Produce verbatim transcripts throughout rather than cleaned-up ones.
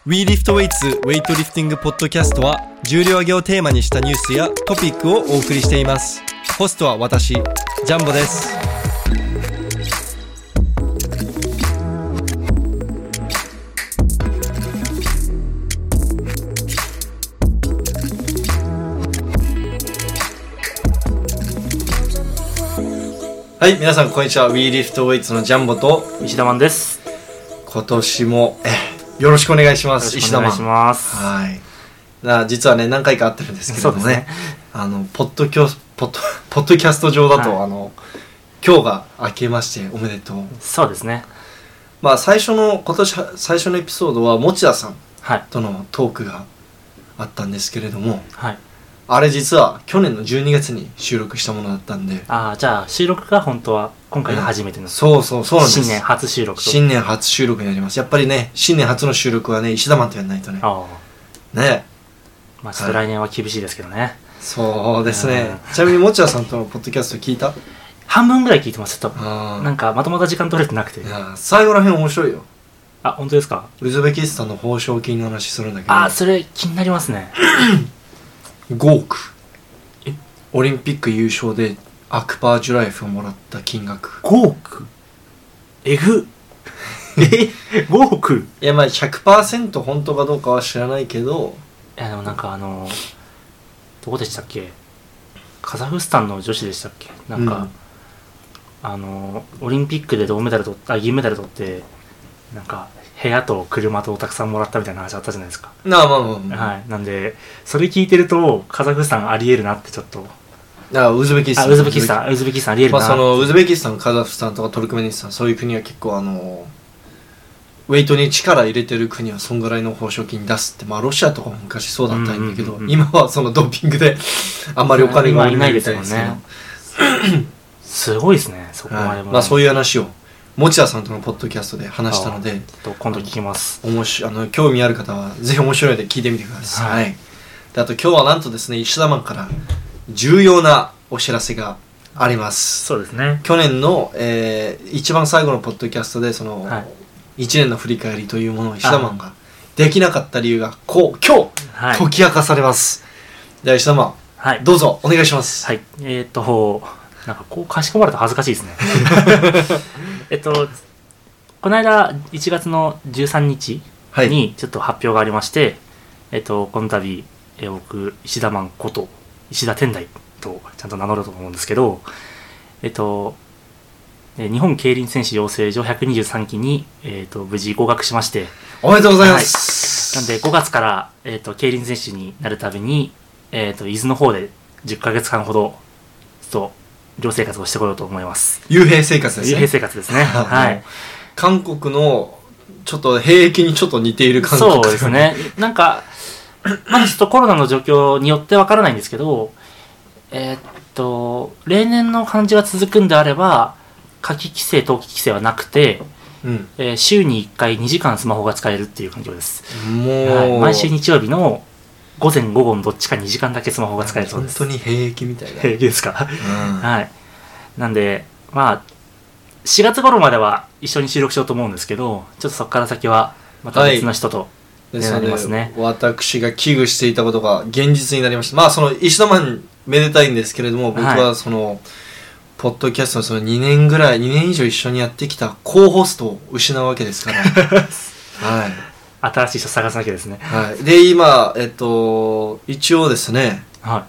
We Lift Weights ウェイトリフティングポッドキャストは重量挙げをテーマにしたニュースやトピックをお送りしています。ホストは私、ジャンボです。はい、皆さんこんにちは。 We Lift Weights のジャンボと石田マンです。 今年もえよろしくお願いします。石田マン。 お願いします。 はい。な実はね何回か会ってるんですけども ね, ねあのポッドキャスポッドポッドキャスト上だと、はい、あの今日が明けましておめでとう。 そうですね。 まあ最初の今年最初のエピソードは持田さんとのトークがあったんですけれども、はい、あれ実は去年のじゅうにがつに収録したものだったんで、 ああ、じゃあ収録が本当は今回が初めての、うん、 そうそうそうなんです。 新年初収録と新年初収録になります。やっぱりね新年初の収録はね石田マンとやらないとね。ああねまあちょっと来年は厳しいですけどね、はい、 そうですね、うん、ちなみに持田さんとのポッドキャスト聞いた？ 半分ぐらい聞いてますと。なんかまとまった時間取れてなくて。いや最後らへん面白いよ。 あ、本当ですか？ ウズベキスタンの報奨金の話するんだけど、 あ、それ気になりますね。 ごおくえオリンピック優勝でアクパージュライフをもらった金額ごおくえぐえごおくいやまあ ひゃくパーセント 本当かどうかは知らないけど、 いやでもなんかあのどこでしたっけ、カザフスタンの女子でしたっけ、なんか、うん、あのオリンピックで銅メダル取った銀メダル取ってなんか部屋と車とたくさんもらったみたいな話あったじゃないですか。 なあまあまあまあ、 はい、なんでそれ聞いてるとカザフスタンありえるなってちょっと。 あウズベキスタンあウズベキスタンウズベキスタンありえるな。 まあそのウズベキスタンカザフスタンとかトルクメニスタンそういう国は結構あのウェイトに力入れてる国はそんぐらいの報奨金出すって、まあロシアとかも昔そうだったんだけど、うんうんうんうん、今はそのドーピングであんまりお金がいないみたいですけど、すごいですねそこまでも、 はい、まあそういう話を持田さんとのポッドキャストで話したので今度聞きます。 おもしあの興味ある方はぜひ面白いので聞いてみてください、はい、であと今日はなんとですね石田マンから重要なお知らせがあります。 そうですね。 去年の、えー、一番最後のポッドキャストでその、はいいちねんの振り返りというものを石田マンができなかった理由がこう今日解き明かされます、はい、では石田マン、はい、どうぞお願いします。 はい、えー、っとなんかこうかしこまると恥ずかしいですねえっとこの間いちがつのじゅうさんにちにちょっと発表がありまして、はい、えっとこの度、えー、僕石田マンこと石田天台とちゃんと名乗ると思うんですけど、えっと日本競輪選手養成所ひゃくにじゅうさんきに、えー、と無事合格しまして、 おめでとうございます、 はい、なんでごがつから、えー、と競輪選手になるために、えー、と伊豆の方でじゅっかげつかんほどちょっと寮生活をしてこようと思います。 幽閉生活ですね。 幽閉生活ですねはい。 韓国のちょっと兵役にちょっと似ている感覚。 そうですね。なんかまだちょっとコロナの状況によってわからないんですけど、えっ、と例年の感じが続くんであれば夏季規制冬季規制はなくて、うんえー、週にいっかいにじかんスマホが使えるっていう環境です。 もう、 はい、毎週日曜日の午前午後のどっちかにじかんだけスマホが使えるそうです。 本当に兵役みたいな。 兵役ですか、 うん、 はい。なんでまあしがつ頃までは一緒に収録しようと思うんですけど、ちょっとそこから先はまた別の人となりますね、はい、 ですので私が危惧していたことが現実になりました。まあその石田マンめでたいんですけれども、僕はその、はいポッドキャストのそのにねんぐらいにねん以上一緒にやってきたコーホストを失うわけですからはい、 新しい人探さなきゃですね、 はい、で今えっと一応ですね、はい、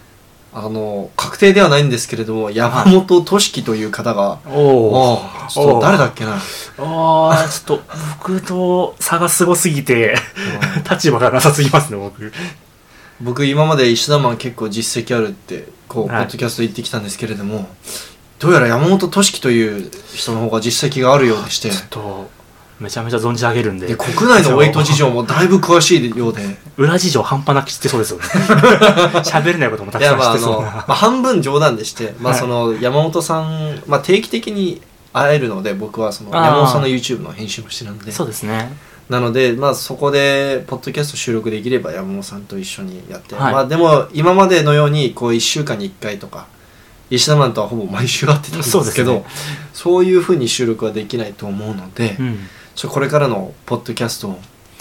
あの確定ではないんですけれども山本俊樹という方が、はい、おーちょっと誰だっけなあちょっと僕と差がすごすぎて立場がなさすぎますね。僕僕今まで石田マン結構実績あるってこう、はい、ポッドキャスト言ってきたんですけれども、どうやら山本俊樹という人の方が実績があるようでして、 ちょっとめちゃめちゃ存じ上げるんで、 で国内のウェイト事情もだいぶ詳しいようで裏事情半端なく知ってそうですよね喋れないこともたくさん知ってそうな。 いや、まあ、あの、まあ、半分冗談でして、まあ、その山本さん、まあ、定期的に会えるので僕はその山本さんの YouTube の編集もしてるんで、 そうですね。 なので、まあ、そこでポッドキャスト収録できれば山本さんと一緒にやって、はい、まあ、でも今までのようにこういっしゅうかんにいっかいとか石田マンとはほぼ毎週会ってたんですけど、そうですね、そういう風に収録はできないと思うので、うん、ちょこれからのポッドキャストを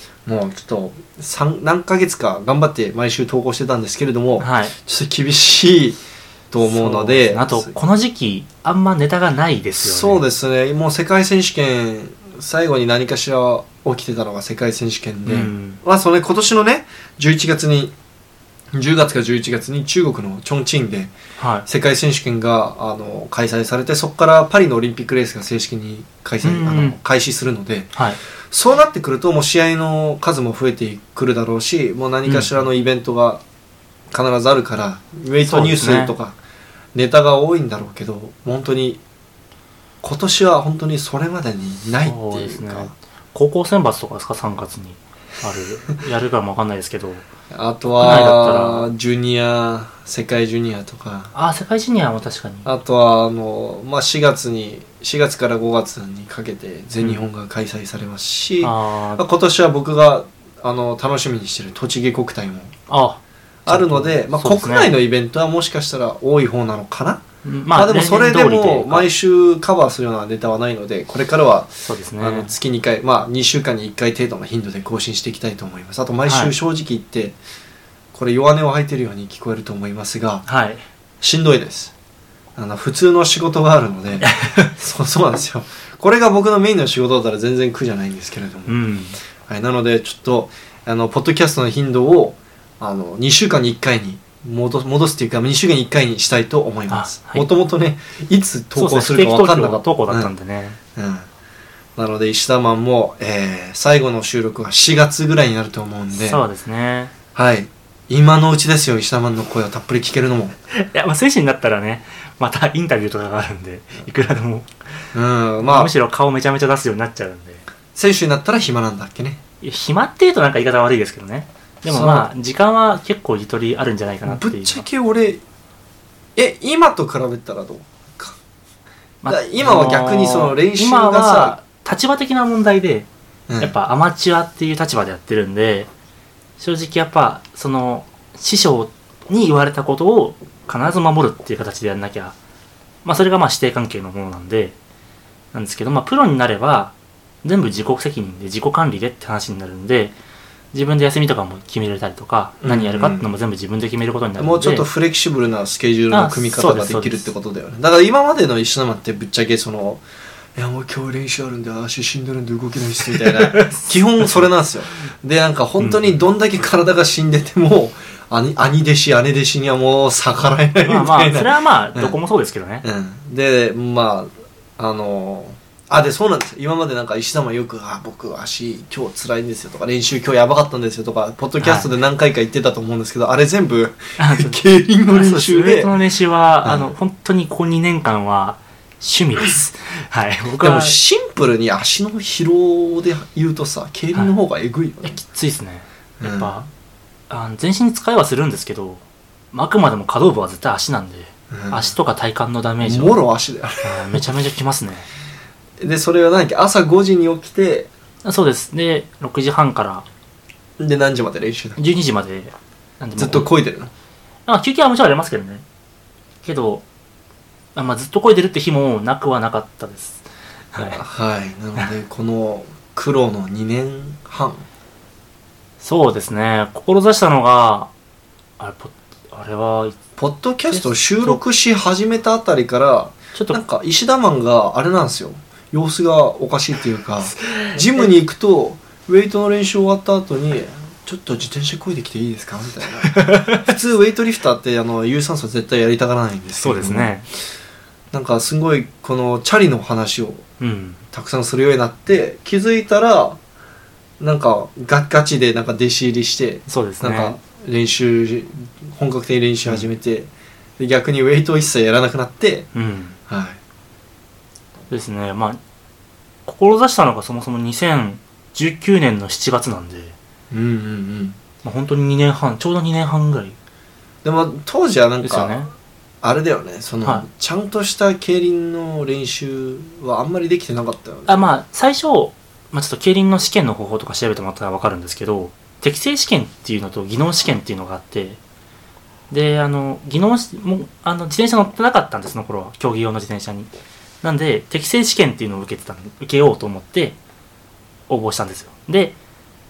もうちょっと三何ヶ月か頑張って毎週投稿してたんですけれども、 はい、 ちょっと厳しいと思うので、 あとこの時期あんまネタがないですよね。 そうですね。もう世界選手権最後に何かしら起きてたのが世界選手権で、うん、まあそれ今年のねじゅういちがつにじゅうがつかじゅういちがつに中国のチョンチンで世界選手権があの開催されて、そこからパリのオリンピックレースが正式に開催、うん、あの開始するので、はい、そうなってくるともう試合の数も増えてくるだろうし、もう何かしらのイベントが必ずあるから、うん、ウェイトニュースとかネタが多いんだろうけど、本当に今年は本当にそれまでにないっていうか。そうですね、 高校選抜とかですか、さんがつにあるやるかも分かんないですけどあとはジュニア世界ジュニアとか、 あ世界ジュニアも確かに、 あとはあの、まあ、しがつにしがつからごがつにかけて全日本が開催されますし、うん、あ今年は僕があの楽しみにしてる栃木国体もああるので、まあ、国内のイベントはもしかしたら多い方なのかな、まあ、まあでもそれでも毎週カバーするようなネタはないので、これからはそうですね、あの月にかい、まあにしゅうかんにいっかい程度の頻度で更新していきたいと思います。あと毎週正直言って、はい、これ弱音を吐いてるように聞こえると思いますが、はい、しんどいです。あの普通の仕事があるのでそうそうなんですよ。これが僕のメインの仕事だったら全然苦じゃないんですけれども、うんはい、なのでちょっとあのポッドキャストの頻度をあのにしゅうかんにいっかいに戻, 戻すっていうかにしゅうかんにいっかいにしたいと思います。もともとねいつ投稿するか分かんなかった投稿だったんでね、 うんうん、なので石田マンも、えー、最後の収録はしがつぐらいになると思うんで、 そうですね、 はい今のうちですよ、石田マンの声をたっぷり聞けるのも。いや、まあ、選手になったらねまたインタビューとかがあるんでいくらでも、 うんまあ、 むしろ顔めちゃめちゃ出すようになっちゃうんで。 選手になったら暇なんだっけね。 いや暇っていうとなんか言い方悪いですけどね、でもまあ時間は結構ゆとりあるんじゃないかなっていう。 ぶっちゃけ俺え今と比べたらどうか、まあ、今は逆にその練習がさ、今は立場的な問題で、うん、やっぱアマチュアっていう立場でやってるんで、正直やっぱその師匠に言われたことを必ず守るっていう形でやんなきゃ、まあそれがまあ師弟関係のものなんでなんですけど、まあプロになれば全部自己責任で自己管理でって話になるんで、自分で休みとかも決めれたりとか、うんうん、何やるかっていうのも全部自分で決めることになるので、 もうちょっとフレキシブルなスケジュールの組み方ができるってことだよね。だから今までの石田マンってぶっちゃけそのいやもう今日練習あるんで足死んでるんで動けないっすみたいな基本それなんですよ。でなんか本当にどんだけ体が死んでても、うん、兄, 兄弟子姉弟子にはもう逆らえないみたいな。 まあまあそれはまあどこもそうですけどね、 うんうん、でまああのあでそうなんですよ。今までなんか石田もよくあ僕足今日辛いんですよとか練習今日やばかったんですよとかポッドキャストで何回か言ってたと思うんですけど、はい、あれ全部競輪の練習で、 ウエイトの練習は、うん、あの本当にここにねんかんは趣味ですはい僕はでもシンプルに足の疲労で言うとさ競輪の方がえぐいよね、 はい、きついですねやっぱ、うん、あの全身使いはするんですけど、あくまでも可動部は絶対足なんで、うん、足とか体幹のダメージはもろ足だよめちゃめちゃきますねでそれは何か朝ごじに起きて、 そうですでろくじはんからで何時まで練習だじゅうにじまでなんでずっと漕いでるの？ あ休憩はもちろんありますけどね、けどあ、まあ、ずっと漕いでるって日もなくはなかったです。 はい、はい、なのでこの苦労のにねんはんそうですね、志したのがあれ、あれはポッドキャストを収録し始めたあたりからちょっとなんか石田マンがあれなんですよ、様子がおかしいっていうかジムに行くとウェイトの練習終わった後にちょっと自転車漕いできていいですかみたいな普通ウェイトリフターってあの有酸素絶対やりたがらないんですけど、 そうですね、 なんかすごいこのチャリの話をたくさんするようになって、うん、気づいたらなんか ガ, ガチでなんか弟子入りして、 そうですね、 なんか練習本格的に練習始めて、うん、で逆にウェイトを一切やらなくなって、うん、はいですね。まあ志したのがそもそもにせんじゅうきゅうねんのしちがつなんで、 うんうんうんまあ、本当ににねんはん、ちょうどにねんはんぐらいでも当時はなんか、ね、あれだよね、その、はい、ちゃんとした競輪の練習はあんまりできてなかったよね。 あまあ最初、まあ、ちょっと競輪の試験の方法とか調べてもらったら分かるんですけど、適正試験っていうのと技能試験っていうのがあって、であの技能もあの自転車乗ってなかったんです、その頃は競技用の自転車に。なんで適正試験っていうのを受けてた受けようと思って応募したんですよ。で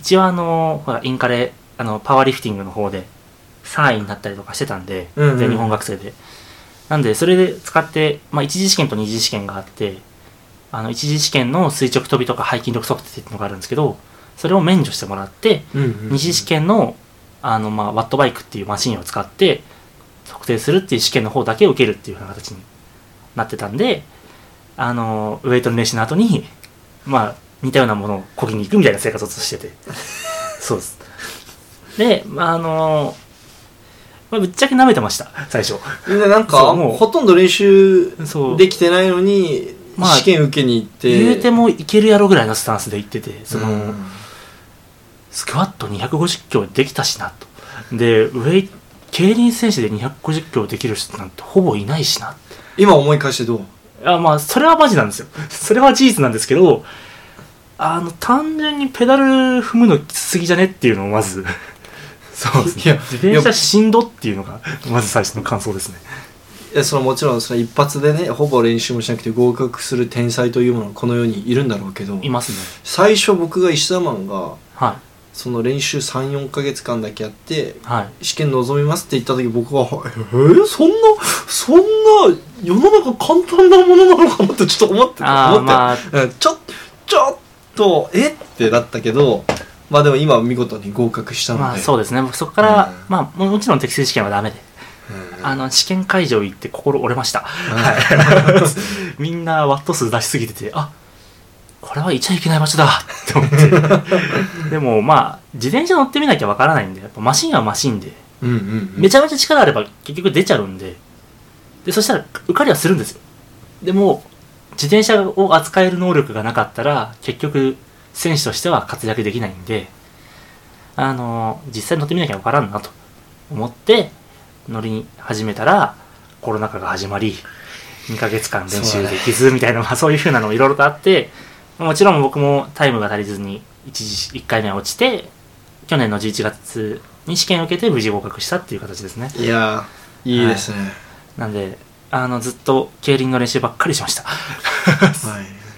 一応あのほらインカレあのパワーリフティングの方でさんいになったりとかしてたんで、 うんうん、 全日本学生でなんでそれで使って、まあ、一次試験と二次試験があって、あの一次試験の垂直跳びとか背筋力測定っていうのがあるんですけど、それを免除してもらって、 うんうんうん、 二次試験のあの、まあ、ワットバイクっていうマシンを使って測定するっていう試験の方だけを受けるっていうような形になってたんで、あのウェイトの練習の後にまあ似たようなものをこぎに行くみたいな生活をしててそうです。で、まああのまあ、ぶっちゃけ舐めてました最初。 でなんかもうほとんど練習できてないのに、まあ、試験受けに行って言うてもいけるやろぐらいのスタンスで行ってて、その、うん、スクワットにひゃくごじゅっキロできたしなと。でウェイ競輪選手でにひゃくごじゅっキロできる人なんてほぼいないしな。 今思い返してどう？ あ、まあそれはマジなんですよ。それは事実なんですけど、あの単純にペダル踏むのきつすぎじゃねっていうのをまずそうですね。いや自転車しんどっていうのがまず最初の感想ですね。 いやそのもちろんその一発でねほぼ練習もしなくて合格する天才というものがこの世にいるんだろうけど、 いますね。 最初僕が石田マンが、 はい、 その練習 さん,よん ヶ月間だけやって、 はい、 試験臨みますって言った時僕はえー、そんなそんな世の中簡単なものなのかなってちょっと思ってた。思って、まあ、ちょちょっとえってなったけど、まあでも今は見事に合格したので、 まあそうですね。そこから、うん、まあもちろん適正試験はダメで、うん、あの試験会場行って心折れました、うん、はいみんなワット数出しすぎてて、あこれはいちゃいけない場所だって思ってでもまあ自転車乗ってみなきゃわからないんで、やっぱマシンはマシンで、うんうんうん、めちゃめちゃ力あれば結局出ちゃうんで、でそしたら受かりはするんですよ。でも自転車を扱える能力がなかったら結局選手としては活躍できないんで、あの実際乗ってみなきゃわからんなと思って乗り始めたらコロナ禍が始まりにかげつかん練習できずみたいな、まあそういう風なのもいろいろとあって、もちろん僕もタイムが足りずに 1, 1回目は落ちて、去年のじゅういちがつに試験を受けて無事合格したっていう形ですね。 いやいいですね、はい、 なんであのずっと競輪の練習ばっかりしましたはい、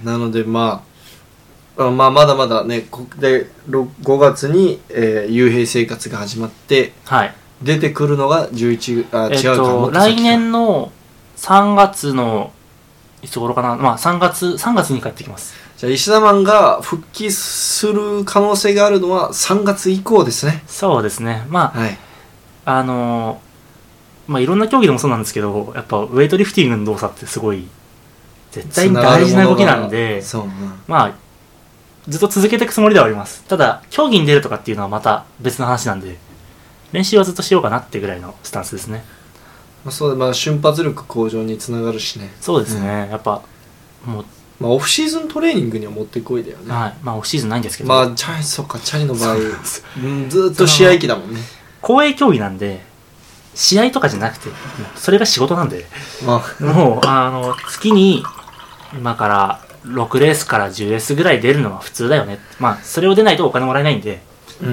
なのでまあまあまだまだねでごがつに、えー、幽閉生活が始まって、 はい、 出てくるのがじゅういちあ、 えっと、 違うかも来年のさんがつのいつ頃かな、まあさんがつさんがつに帰ってきます。 じゃあ石田マンが復帰する可能性があるのはさんがつ以降ですね。 そうですね。まあ、はい、あのまあいろんな競技でもそうなんですけど、やっぱウェイトリフティングの動作ってすごい絶対に大事な動きなんで、そう、うん、まあずっと続けていくつもりではあります。ただ競技に出るとかっていうのはまた別の話なんで、練習はずっとしようかなっていうぐらいのスタンスですね。 まあ、そうで、まあ瞬発力向上につながるしね。 そうですね、うん、やっぱもう、 まあ、オフシーズントレーニングにはもってこいだよね。 はい、まあオフシーズンないんですけど、 まあチャイそっかチャイの場合うん、ずっと試合期だもんね。 公営競技なんで試合とかじゃなくてそれが仕事なんで、まあ、もうあの月に今からろくレースからじゅうレースぐらい出るのは普通だよね。まあそれを出ないとお金もらえないんで、うん、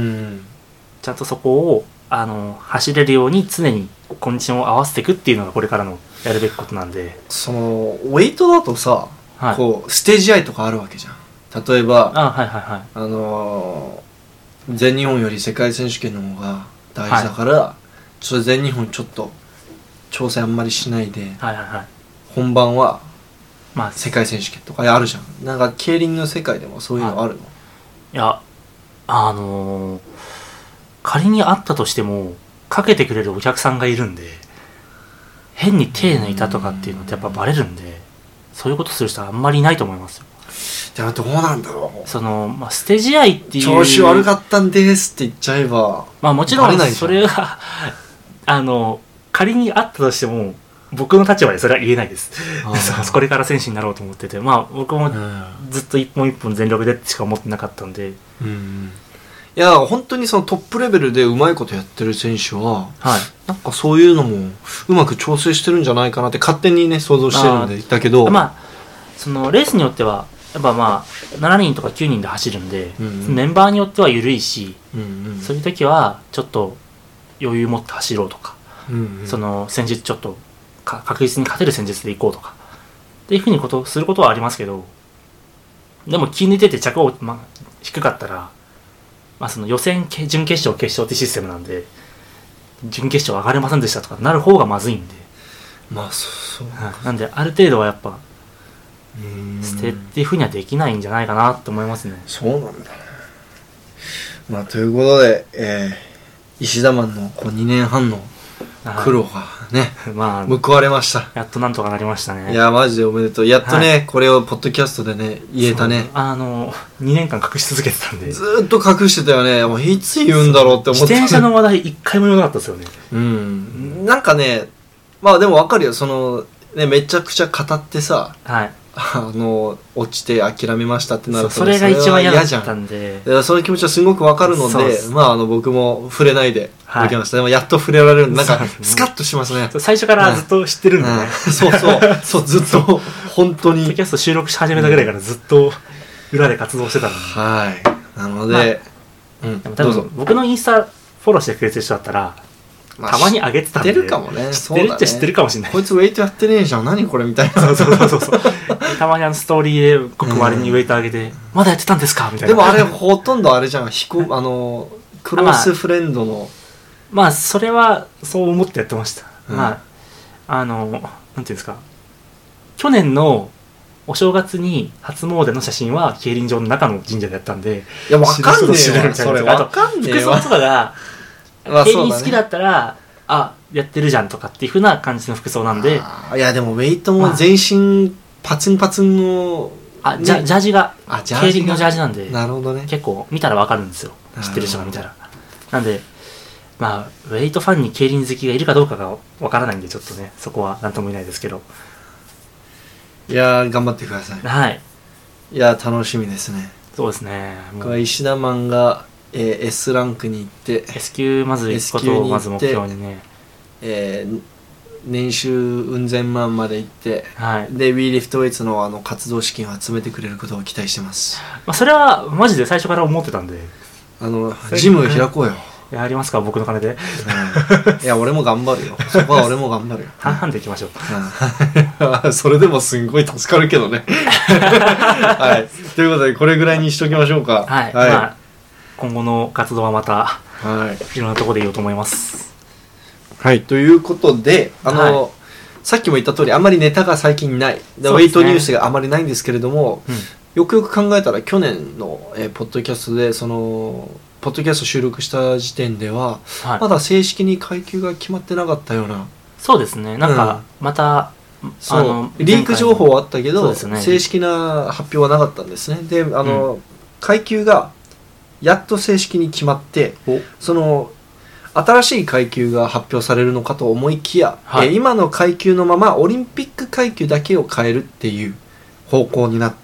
ちゃんとそこをあの走れるように常にコンディションを合わせていくっていうのがこれからのやるべきことなんで、 そのウェイトだとさ、はい、こうステージ合いとかあるわけじゃん。例えばあ、はいはいはい、 あのー、全日本より世界選手権の方が大事だから、はい、ちょっと全日本ちょっと挑戦あんまりしないで、はいはいはい、本番はまあ世界選手権とかあるじゃん。なんか競輪の世界でもそういうのあるの？ はい、いやあのー、仮にあったとしてもかけてくれるお客さんがいるんで、変に手抜いたとかっていうのってやっぱバレるんで、そういうことする人はあんまりいないと思いますよ。 じゃあどうなんだろう。 その、まあ、ステージ愛っていう調子悪かったんですって言っちゃえば、 まあもちろんそれがあの仮にあったとしても僕の立場でそれは言えないです。これから選手になろうと思ってて、まあ僕もずっと一本一本全力でしか思ってなかったんで、うん、 いや本当にそのトップレベルでうまいことやってる選手は、 はい、 なんかそういうのもうまく調整してるんじゃないかなって勝手にね想像してるんでだけど、 まあそのレースによってはやっぱまあしちにんとかきゅうにんで走るんで、うんうん、メンバーによっては緩いし、うんうん、そういう時はちょっと余裕持って走ろうとか、うんうん、その戦術ちょっとか確実に勝てる戦術でいこうとかっていうふうにことすることはありますけど、でも気抜いてて着を、ま、低かったらまあ、その予選準決勝決勝ってシステムなんで準決勝上がれませんでしたとかなる方がまずいんで、 まあそう、 はい、なんである程度はやっぱ捨てっていうふうにはできないんじゃないかなと思いますね。 そうなんだね。まあということで、えー、石田マンのこうにねんはんの苦労がね、まあ、報われました。 やっとなんとかなりましたね。 いやマジでおめでとう。やっとね、はい、これをポッドキャストでね言えたね。 あのにねんかん隠し続けてたんでずーっと隠してたよね。もういつ言うんだろうって思って。 自転車の話題一回も言わなかったですよね。 うん、なんかね、まあでもわかるよ。そのねめちゃくちゃ語ってさ、はい、あの落ちて諦めましたってなると、 それが一番嫌だったんで、 いやそういう気持ちはすごくわかるので、まああの僕も触れないでおきました。はい、でもやっと触れられるんで、なんかスカッとしますね。 最初からずっと知ってるんでね。うんうん、 そうそうそうずっと本当に。 ポッドキャスト収録し始めたぐらいからずっと裏で活動してたので。 はい。なので、 まあ、うん、でも多分僕のインスタフォローしてくれてる人だったら。まあ、たまに上げてたんで知ってるかもね。 知ってるっちゃ知ってるかもしれない。 こいつウェイトやってねえじゃん何これみたいな。 そうそうそうそうたまにあのストーリーでごく割にウェイト上げて、うん、まだやってたんですかみたいな。 でもあれほとんどあれじゃん飛行あのクロスフレンドのまあ、まあそれはそう思ってやってました、うん、まああのなんていうんですか、去年のお正月に初詣の写真は競輪場の中の神社でやったんで、 いやわかんねえわそれわかんねえわ。 服装とかが競輪好きだったら、あ、やってるじゃんとかっていう風な感じの服装なんで。 いやでもウェイトも全身パツンパツンの、 あ、ジャ、ジャージがあジャージ競輪のジャージなんで、 なるほどね、 結構見たらわかるんですよ、知ってる人が見たら。なんでまあウェイトファンに競輪好きがいるかどうかがわからないんで、ちょっとねそこは何とも言えないですけど。 いやー頑張ってください。 はい。 いや楽しみですね。 そうですね。 もう石田マンがえー、S ランクに行って S 級まず行くことをまず目標にね、 えー、年収うん千万まで行って、 はい、 で We Lift Weights のあの活動資金を集めてくれることを期待してます。 まあ、それはマジで最初から思ってたんで、 あのジム開こうよ。 やりますか僕の金で、うん、 いや俺も頑張るよそこは俺も頑張るよ半々でいきましょう、うん、それでもすんごい助かるけどねはいということでこれぐらいにしときましょうか。 はい、はい、まあ今後の活動はまた、はい、いろんなところで言おうと思います。 はい、ということで、あの、はい、さっきも言った通り、あんまりネタが最近ない。で、ウェイトニュースがあまりないんですけれども、うん、よくよく考えたら、去年の、えー、ポッドキャストで、その、ポッドキャスト収録した時点では、はい、まだ正式に階級が決まってなかったような。 そうですね、なんか、また、 うん、そうあのリーク情報はあったけど、ね、正式な発表はなかったんですね。で、あの、うん、階級が、やっと正式に決まって、その新しい階級が発表されるのかと思いきや、はい、えー、今の階級のままオリンピック階級だけを変えるっていう方向になって、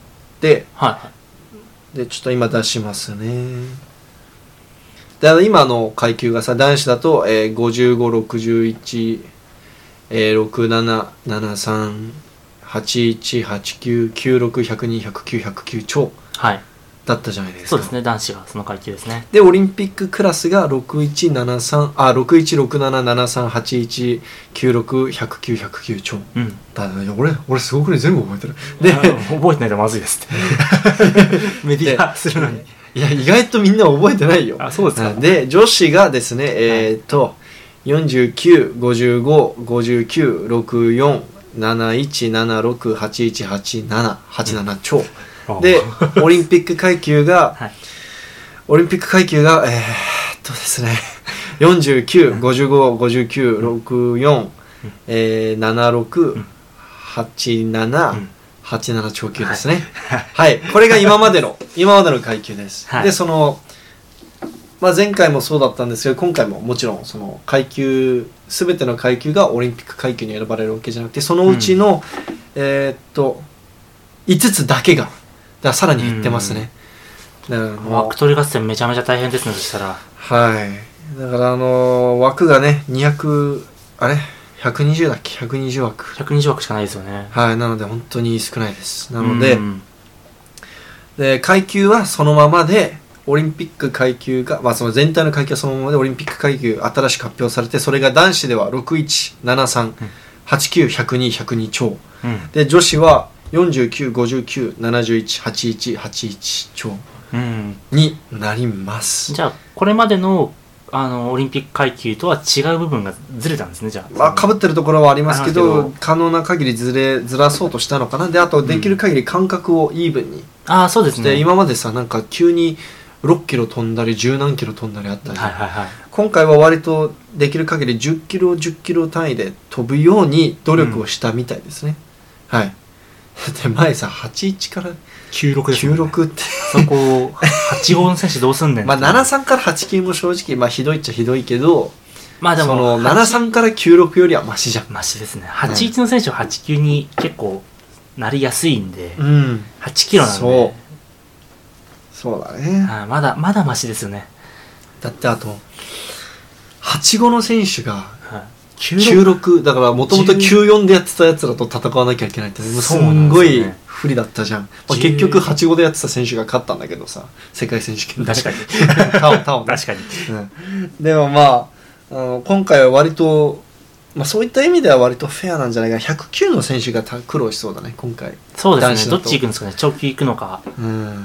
はい、でちょっと今出しますね。で今の階級がさ、男子だと、えー、ごじゅうご、ろくじゅういち、えー、ろくじゅうなな、ななじゅうさん、はちじゅういち、はちじゅうきゅう、きゅうじゅうろく、ひゃくに、ひゃくきゅう、ひゃくきゅう超。はい。だったじゃないですか。 そうですね、男子はその階級ですね。 でオリンピッククラスがろくいちななさんあろくいちろくななななさんはちいちきゅうろくひゃくきゅうひゃくきゅう超、うん、だ俺俺すごくね全部覚えてる。 で覚えてないとまずいですってメディアするのにいや意外とみんな覚えてないよ。 あ、そうですか。 で女子がですね、えー、っとよんじゅうきゅう、ごじゅうご、ごじゅうきゅう、ろくじゅうよん、ななじゅういち、ななじゅうろく、はちじゅういち、はちじゅうなな、はちじゅうなな超、うん、でオリンピック階級が、はい、オリンピック階級がえー、っとですねよんじゅうきゅう、ごじゅうご、ごじゅうきゅう、ろくじゅうよん、えー、ななじゅうろく、はちじゅうなな、はちじゅうなな超級ですね。はい、はい、これが今までの今までの階級です。はい、でその、まあ、前回もそうだったんですけど今回ももちろんその階級全ての階級がオリンピック階級に選ばれるわけじゃなくてそのうちの、うん、えー、っといつつだけがだからさらに減ってますね。 だから枠取り合戦めちゃめちゃ大変ですね。そしたらはいだからあのー、枠がねにひゃくあれひゃくにじゅうだっけひゃくにじゅう枠ひゃくにじゅう枠しかないですよね。 はいなので本当に少ないです。なので、で階級はそのままでオリンピック階級が、まあ、その全体の階級はそのままでオリンピック階級新しく発表されてそれが男子ではろくじゅういち、ななじゅうさん、はちじゅうきゅう、ひゃくに、ひゃくに超、うん、で女子はよんじゅうきゅう、ごじゅうきゅう、ななじゅういち、はちじゅういち、はちじゅういち超になります、 うん、じゃあこれまでのあのオリンピック階級とは違う部分がずれたんですね。じゃあ、 まあ、被ってるところはありますけど可能な限りずれずらそうとしたのかな。であとできる限り間隔をイーブンに、うん、 ああそうですね。 今までさなんか急にろっキロ飛んだりじゅうなんキロ飛んだりあったり、 はいはいはい、 今回は割とできる限りじゅっキロじゅっキロ単位で飛ぶように努力をしたみたいですね、うん、はいで前さはちじゅういちからきゅうじゅうろくですもんね。 きゅうじゅうろくってそこはちじゅうごの選手どうすんねんまあななじゅうさんからはちじゅうきゅうも正直まあひどいっちゃひどいけど、 まあでもそのななじゅうさんからきゅうじゅうろくよりはマシじゃん。 マシですね。はちじゅういちの選手ははちじゅうきゅうに結構なりやすいんで、 うん、 はちキロなんでそうそうだね、 はあ、まだまだマシですよね。 だってあとはちじゅうごの選手が、 はいきゅうじゅうろくだからもともときゅうじゅうよんでやってたやつらと戦わなきゃいけないってすんごい不利だったじゃん、まあ、結局はちじゅうごでやってた選手が勝ったんだけどさ世界選手権で確かにタオタオ、ね、 確かに、 うん、でもまあ、あの今回は割と、まあ、そういった意味では割とフェアなんじゃないかな。ひゃくきゅうの選手が苦労しそうだね今回。 そうですね。どっち行くんですかね。長期行くのか、うん、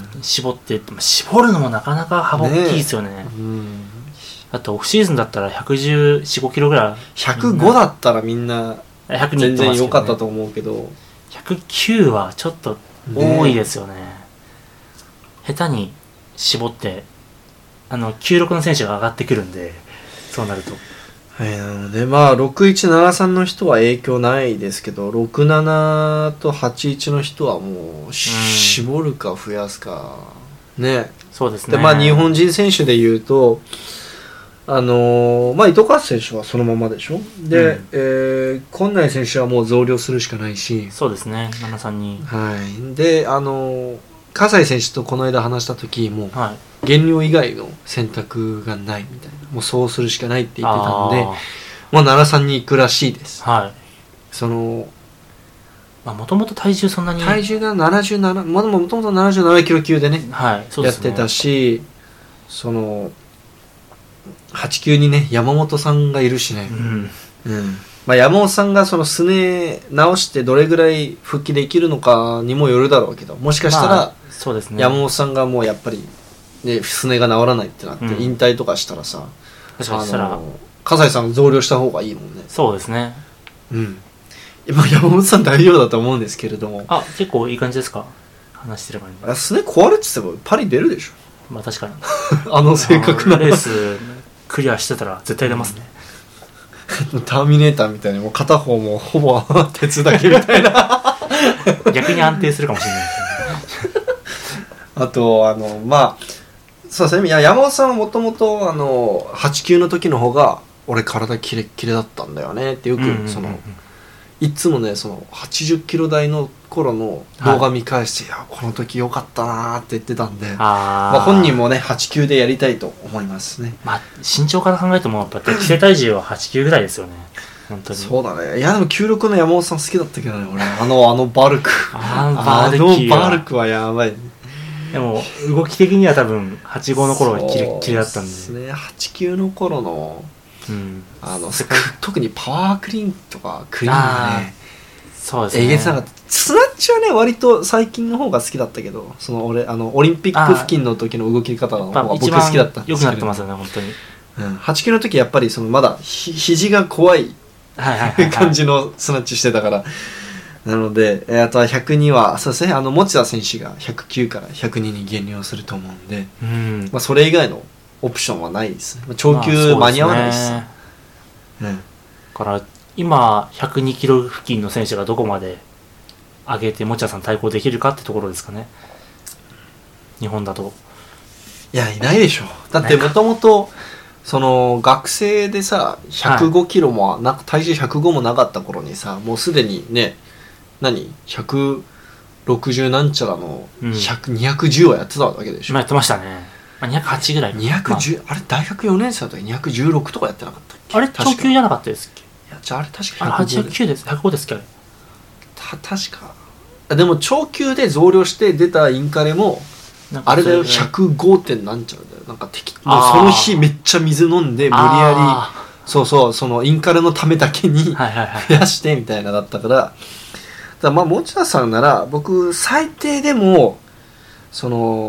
絞って絞るのもなかなか幅大きいですよね。ね、うんあとオフシーズンだったらひゃくじゅうよん、ごキロぐらいひゃくごだったらみんな全然良かったと思うけどひゃくきゅうはちょっと多いですよね。下手に絞ってあのきゅうじゅうろくの選手が上がってくるんでそうなるとはいなのでまあろくいちななさんの人は影響ないですけどろくななとはちいちの人はもう、うん、絞るか増やすかね。 そうですね。 でまあ日本人選手でいうとあのー、まあ糸川選手はそのままでしょ。で、うんえー、今内選手はもう増量するしかないし。 そうですね。ななさんにはいであのー、葛西選手とこの間話した時も、はい、減量以外の選択がないみたいなもうそうするしかないって言ってたんでもうななさんに行くらしいです。 はいそのもともと体重そんなに体重がななじゅうななもともとななじゅうななキロ級でね、 はいそうですね、 やってたしそのはちきゅうにね山本さんがいるしね、 うんうんまあ、山本さんがそのすね直してどれぐらい復帰できるのかにもよるだろうけどもしかしたら、まあそうですね、 山本さんがもうやっぱり、ね、すねが治らないってなって、うん、引退とかしたらさ葛西さん増量した方がいいもんね。 そうですねうんまあ、山本さん大丈夫だと思うんですけれどもあ結構いい感じですか話してればいい。 すね壊れててもパリ出るでしょ。 まあ確かにあの正確なレースクリアしてたら絶対出ますね、 うん、ターミネーターみたいにもう片方もほぼ鉄だけみたいな逆に安定するかもしれないですねあとあのまあそうですね。いや山本さんはもともとあのはちきゅうの時の方が俺体キレッキレだったんだよねってよく、うんうんうんうん、そのいつもねそのはちじゅっキロ台の頃の動画見返して、はい、いやこの時良かったなーって言ってたんで、あ、まあ、本人もねはちきゅうでやりたいと思いますね。 まあ身長から考えてもやっぱ適正体重ははちきゅうぐらいですよね本当に。 そうだね。いやでもきゅうじゅうろくの山本さん好きだったけどね俺あのあのバルクあのバルクあのバルクはやばい。 でも動き的には多分はちじゅうごの頃はキレッキレだったんで。 そうですね。はちきゅうの頃の、うん、あの特にパワークリーンとかクリーンがねそうですね。 えげつなかった。スナッチはね割と最近の方が好きだったけどその俺あのオリンピック付近の時の動き方の方が僕好きだったんですけど、 良くなってますよね本当に、 うん、はちきゅうの時やっぱりそのまだひ肘が怖い感じのスナッチしてたからなので、えー、あとはひゃくにはそうですねあの持田選手がひゃくきゅうからひゃくにに減量すると思うんで、うんまあ、それ以外のオプションはないですね。長級間に合わないです、まあ、 そうですね、うん、から今ひゃくにキロ付近の選手がどこまで上げて持田さん対抗できるかってところですかね日本だと。 いやいないでしょ。だってもともとその学生でさひゃくごキロもな、はい、体重ひゃくごもなかった頃にさもうすでにね何ひゃくろくじゅうなんちゃらのにひゃく、うん、にひゃくじゅうはやってたわけでしょ。 今やってましたね、まあ、にひゃくはちぐらいにひゃくじゅう、まあ、あれ大学よねん生の時にひゃくじゅうろくとかやってなかったっけ。 あれ長級じゃなかったですっけ。 いやじゃああれ確かあれはちじゅうきゅうですひゃくごですっけ。 た確かでも長級で増量して出たインカレもあれだよひゃくご点なんちゃらだよなんか適もうその日めっちゃ水飲んで無理やりそうそうそのインカレのためだけに増やしてみたいなだったから、だからまあ持田さんなら僕最低でもその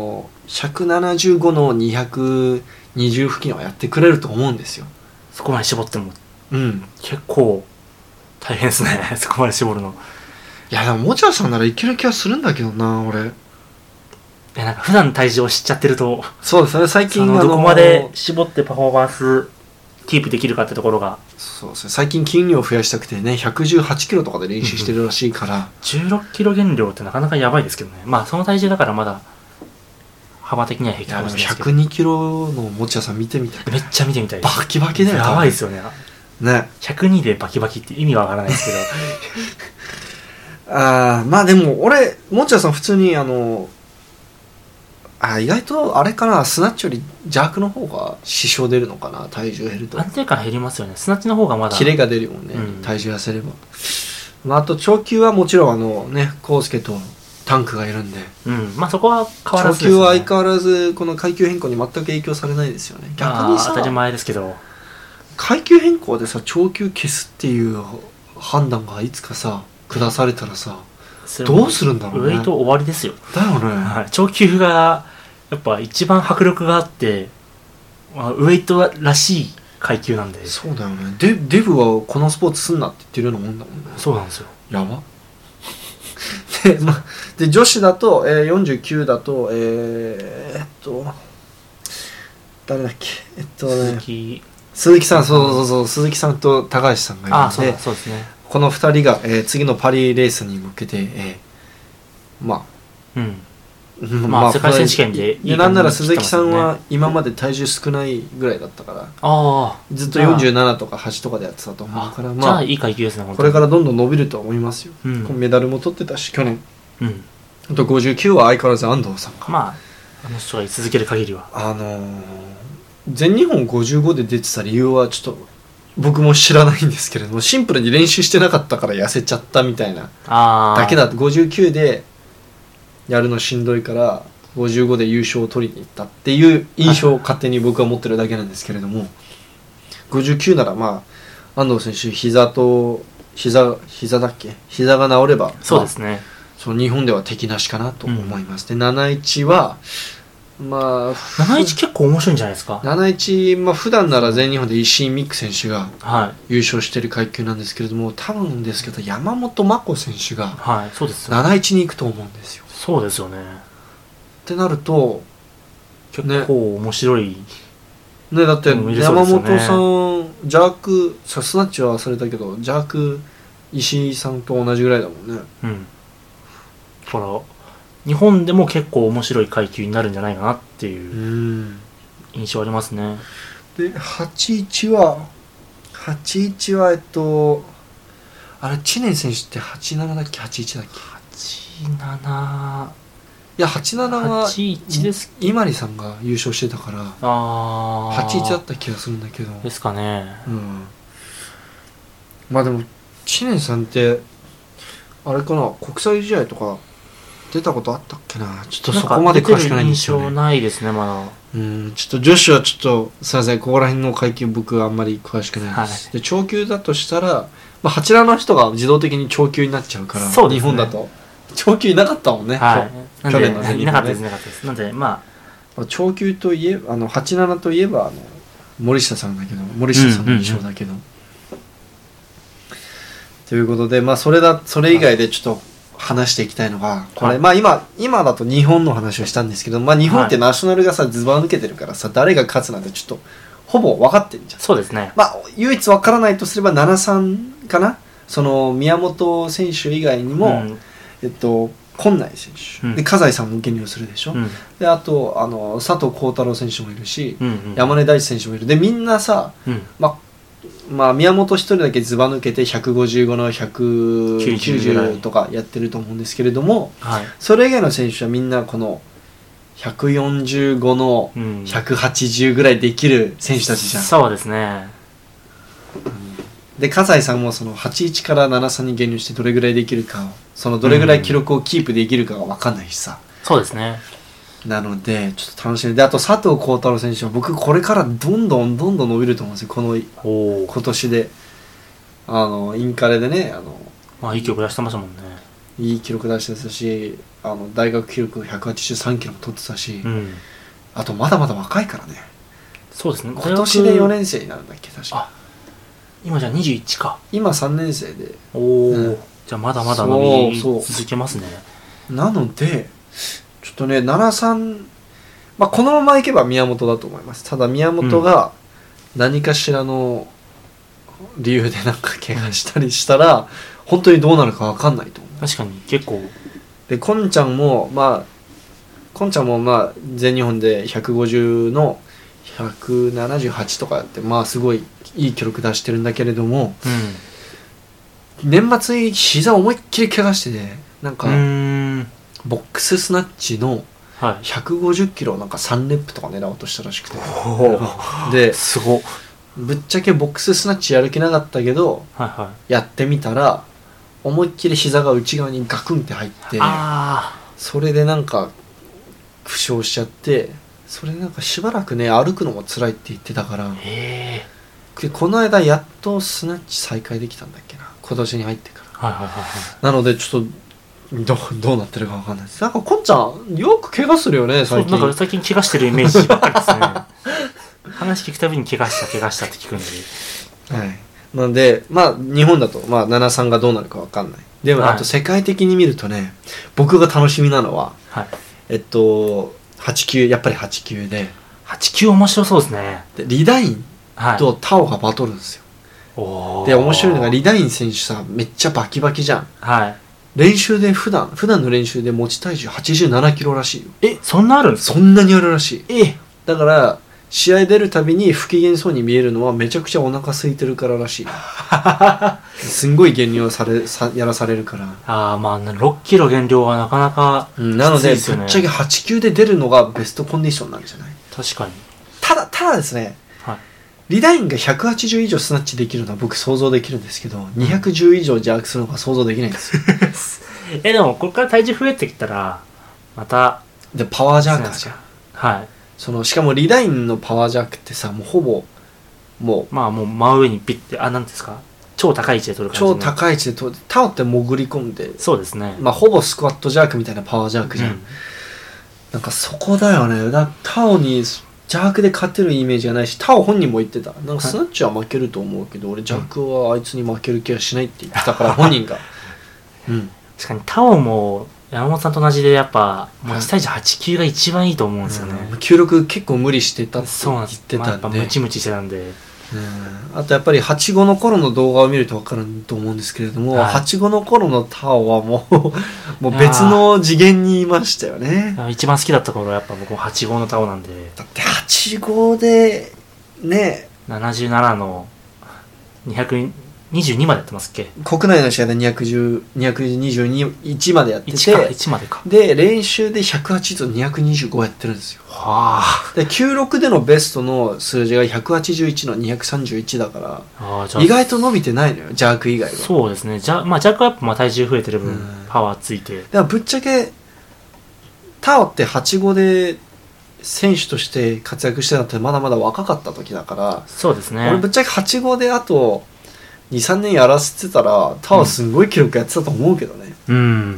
ひゃくななじゅうごのにひゃくにじゅう付近はやってくれると思うんですよ。 そこまで絞ってもうん結構大変ですねそこまで絞るの。 いやでも持田さんならいける気はするんだけどな俺。 えなんか普段の体重を知っちゃってるとそうですね最近どこまで絞ってパフォーマンスキープできるかってところが。 そうですね最近筋量を増やしたくてねひゃくじゅうはちキロとかで練習してるらしいから、うん、 じゅうろっキロ減量ってなかなかやばいですけどね。まあその体重だからまだ幅的には平気かもしれないですけど。 ひゃくにキロの持田さん見てみたい。 めっちゃ見てみたいです。 バキバキだよ。 やばいですよね。 ねひゃくにでバキバキって意味わからないですけどあーまあでも俺持田さん普通にあのあ意外とあれかなスナッチよりジャークの方が支障出るのかな体重減ると。 安定感減りますよね。スナッチの方がまだキレが出るもんね、うん、体重痩せれば。まあ、あと長球はもちろんあのね康介とタンクがいるんで、 うんまあそこは変わらずですね。 長球は相変わらずこの階級変更に全く影響されないですよね。逆にさ当たり前ですけど階級変更でさ長球消すっていう判断がいつかさ下されたらさどうするんだろうね。 ウェイト終わりですよ。 だよね、 はい、長球がやっぱ一番迫力があって、まあ、ウェイトらしい階級なんで。 そうだよね。デデブはこのスポーツすんなって言ってるようなもんだもんね。 そうなんですよ。 やばで、ま、で女子だと、えー、よんじゅうきゅうだとえー、えっと誰だっけえっとね鈴木鈴木さんそうそうそう鈴木さんと高橋さんがいるので、 あそうだそうですね、 このふたりが、えー、次のパリレースに向けて、えー、まあうんまあ、世界選手権でいい感じに来てますよね。 でなんなら鈴木さんは今まで体重少ないぐらいだったからあずっとよんじゅうななとかはちとかでやってたと思うから、 まあ、じゃあいい階級ですね。 これからどんどん伸びると思いますよ、うん、メダルも取ってたし去年、うん、あとごじゅうきゅうは相変わらず安藤さんがまああの人が続ける限りはあのー、全日本ごじゅうごで出てた理由はちょっと僕も知らないんですけれどもシンプルに練習してなかったから痩せちゃったみたいなだけだとごじゅうきゅうでやるのしんどいからごじゅうごで優勝を取りに行ったっていう印象を勝手に僕は持ってるだけなんですけれどもごじゅうきゅうならまあ安藤選手膝と膝膝だっけ膝が治ればそうですね、まあ、 その日本では敵なしかなと思います、うん、でなないちはまあなないち結構面白いんじゃないですか。 なないちまあ普段なら全日本で石井美空選手が優勝してる階級なんですけれども、はい、多分ですけど山本真子選手がなないちに行くと思うんですよ。 そうですよね。 ってなると結構面白い、 ね、ねだって山本さんジャークさスナッチは忘れたけどジャーク石井さんと同じぐらいだもんね。うんだから日本でも結構面白い階級になるんじゃないかなっていう印象ありますね。 ではちじゅういちははちじゅういちはえっとあれ知念選手ってはちじゅうななだっけはちじゅういちだっけはちじゅうなないやはちじゅうななははちじゅういちです伊万里さんが優勝してたからあはちじゅういちだった気がするんだけどですかね。 うんまあでも知念さんってあれかな国際試合とか出たことあったっけなちょっとそこまで詳しくないんですよね。 印象ないですねまだ。 うんちょっと女子はちょっとすいませんここら辺の階級僕はあんまり詳しくないです、はい、で長級だとしたら、まあ、あちらの人が自動的に長級になっちゃうから、 そうですね、 日本だと長級いなかったもんね、 はい、 去年の全日本ねいなかったですいなかったですなんでまあ長級といえばあのはちじゅうななといえばあの森下さんだけど森下さんの印象だけど、うんうんうん、ということでまあそれだそれ以外でちょっと話していきたいのがこれ、はい、まあ今今だと日本の話をしたんですけど、まあ日本ってナショナルがさズバ抜けてるからさ誰が勝つなんてちょっとほぼ分かってるじゃん。 そうですね。 まあ唯一分からないとすればななさんかなその宮本選手以外にも、うん、えっと今内選手、うん、で葛西さんも減量するでしょ、うん、であとあの佐藤幸太郎選手もいるし、うんうん、山根大地選手もいるでみんなさ、うん、まあまあ、宮本一人だけずば抜けてひゃくごじゅうごのひゃくきゅうじゅうとかやってると思うんですけれども、はい、それ以外の選手はみんなこのひゃくよんじゅうごのひゃくはちじゅうぐらいできる選手たちじゃん、 うん、そうですね、 うん、で葛西さんもそのはちじゅういちからななじゅうさんに減量してどれぐらいできるかそのどれぐらい記録をキープできるかが分かんないしさ、 うん、そうですねなのでちょっと楽しみであと佐藤幸太郎選手は僕これからどんどんどんどん伸びると思うんですよこの今年であのインカレでねあのまあいい曲出してましたもんねいい記録出してたし、あの大学記録ひゃくはちじゅうさんキロも取ってたし、 うん、 あとまだまだ若いからね。 そうですね。 今年でよねん生になるんだっけ確か。 あ、今じゃあにじゅういちか。 今さんねん生で。 おお、うん、じゃあまだまだ伸び続けますね。 なのでちょっとねななじゅうさん、まあ、このままいけば宮本だと思います。ただ宮本が何かしらの理由でなんか怪我したりしたら、うん、本当にどうなるか分かんないと思う。 確かに結構でこんちゃんもまあこんちゃんもまあ全日本でひゃくごじゅうのひゃくななじゅうはちとかやってまあすごいいい記録出してるんだけれども、うん、年末に膝思いっきり怪我してね、なんかボックススナッチのひゃくごじゅっキロをなんかさんレップとか狙おうとしたらしくて、はい、ですごぶっちゃけボックススナッチやる気なかったけど、はいはい、やってみたら思いっきり膝が内側にガクンって入って、あそれでなんか負傷しちゃって、それでなんかしばらくね歩くのも辛いって言ってたから、へー、この間やっとスナッチ再開できたんだっけな、今年に入ってから、はいはいはいはい、なのでちょっとどう、どうなってるか分かんないです。なんかこんちゃんよく怪我するよね最近。そう、なんか最近怪我してるイメージばっかりですね話聞くたびに怪我した怪我したって聞くんで、 はい、なのでまあ日本だとまあななじゅうさんがどうなるか分かんない。でも、はい、あと世界的に見るとね、僕が楽しみなのは、はい、えっとはちきゅう、やっぱりはちきゅうではちきゅう面白そうですね。 でリダインとタオがバトルんですよ、はい、で面白いのがリダイン選手さめっちゃバキバキじゃん、はい、練習で普段普段の練習で持ち体重はちじゅうななキロらしいよ。 え、そんなあるんですか？ そんなにあるらしい。え、だから試合出るたびに不機嫌そうに見えるのはめちゃくちゃお腹空いてるかららしいすんごい減量されさやらされるから。 ああ、まあろっキロ減量はなかなかきついですよね、 うん、なのでぶっちゃけはちきゅうで出るのがベストコンディションなんじゃない？ 確かに。 ただただですね、はい、リダインがひゃくはちじゅう以上スナッチできるのは僕想像できるんですけど、にひゃくじゅう以上邪悪するのが想像できないんですよえ、でもここから体重増えてきたらまたでパワージャーカーじゃん。はい、そのしかもリダインのパワージャークってさ、もうほぼもうまあもう真上にピッて、あ、なんですか、超高い位置で取る感じの。 超高い位置で取る。タオって潜り込んで、 そうですね、 まあほぼスクワットジャークみたいなパワージャークじゃん、うん、なんかそこだよね。だタオにジャークで勝てるイメージがないし、タオ本人も言ってた、なんかスナッチは負けると思うけど、はい、俺ジャークはあいつに負ける気はしないって言ってたから本人がうん、確かにタオも山本さんと同じでやっぱ持ち体重はちきゅうが一番いいと思うんですよね、 うん、きゅうじゅうろく結構無理してたって言ってたんで、まあ、やっぱムチムチしてたんで、 うん、あとやっぱりはちじゅうごの頃の動画を見ると分かると思うんですけれども、はい、はちじゅうごの頃のタオはもうもう別の次元にいましたよね。 一番好きだった頃はやっぱ僕もはちじゅうごのタオなんで、 だってはちじゅうごでねななじゅうななのにひゃくにじゅうにまでやってますっけ。 国内の試合でにひゃくじゅう、にひゃくにじゅういちまでやってて、いちかいちまでか。 で練習でひゃくはちじゅうとにひゃくにじゅうごやってるんですよ。はあ。できゅうじゅうろくでのベストの数字がひゃくはちじゅういちのにひゃくさんじゅういちだから、あ、じゃあ意外と伸びてないのよ、ジャーク以外は。 そうですね。じゃまあジャークはやっぱまあ体重増えてる分、うん、パワーついて。 だからぶっちゃけタオってはちじゅうごで選手として活躍してたってまだまだ若かった時だから。 そうですね。 俺ぶっちゃけはちじゅうごであとにさんねんやらせてたらタワーすごい記録やってたと思うけどね、うん、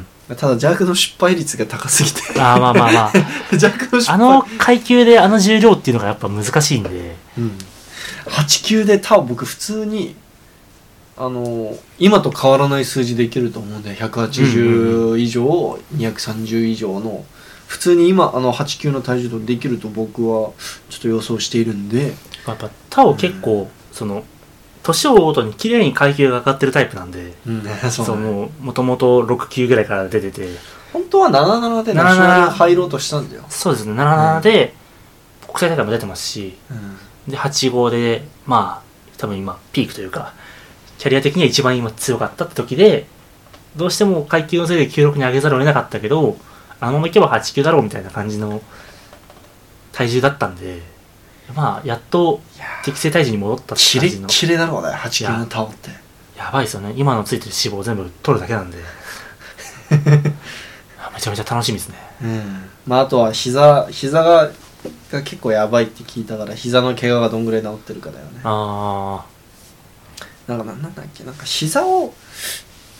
ただジャークの失敗率が高すぎてあまあまあまあジャークの失敗、あの階級であの重量っていうのがやっぱ難しいんで、 うん、はちきゅうでタワー僕普通にあの今と変わらない数字でいけると思うんで、ひゃくはちじゅう以上、うんうんうん、にひゃくさんじゅう以上の普通に今あのはちきゅうの体重とできると僕はちょっと予想しているんで、 やっぱタオ結構、うん、その年を追うごとに綺麗に階級が上がってるタイプなんで、うん、そうもうもともとろくきゅうぐらいから出てて、 本当はななじゅうななでナショナル入ろうとしたんだよ。 そうですね、ななじゅうななで国際大会も出てますし、うん、ではちじゅうごでまあ多分今ピークというかキャリア的には一番今強かったって時で、どうしても階級のせいできゅうじゅうろくに上げざるを得なかったけど、あのままいけばはちきゅうだろうみたいな感じの体重だったんで、まあやっと適正体重に戻ったって感じの。キレキレだろうね、はちきゅうのタオって。 やばいですよね。今のついてる脂肪を全部取るだけなんでめちゃめちゃ楽しみですね。 うん、まああとは膝膝がが結構やばいって聞いたから、膝の怪我がどんぐらい治ってるかだよね。ああ。なんかなんだっけ、なんか膝を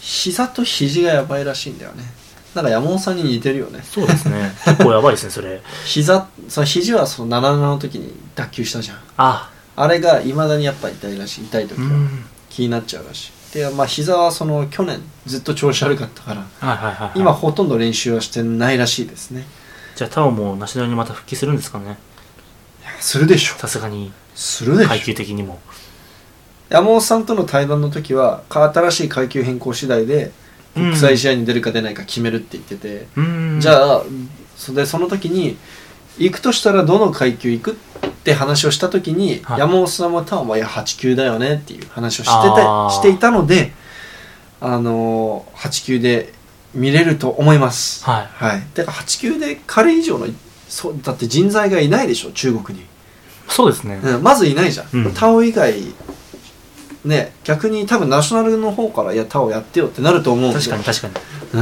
膝と肘がやばいらしいんだよね。なんか山本さんに似てるよね。 そうですね。結構やばいですねそれ。 膝、その肘はそのなななの時に脱臼したじゃん。 ああれがいまだにやっぱ痛いらしい。痛い時は気になっちゃうらしい。で、まあ膝はその去年ずっと調子悪かったから、 はいはいはいはい、 今ほとんど練習はしてないらしいですね。 じゃあタオもナショナルにまた復帰するんですかね。 いやするでしょ。 さすがにするでしょ。 階級的にも。 山本さんとの対談の時は新しい階級変更次第で国際試合に出るか出ないか決めるって言ってて、 うん、 じゃあ そ, でその時に行くとしたらどの階級行くって話をした時に、はい、山本さんも多分はち級だよねっていう話をしてたしていたので、あのー、はち級で見れると思います。 はい、 はい、だからはち級で彼以上のそうだって人材がいないでしょ中国に。 そうですね、 うん、まずいないじゃん、 うん、 タオ以外ね、逆に多分ナショナルの方からいやタオやってよってなると思うんで。 確かに確かに、 うん、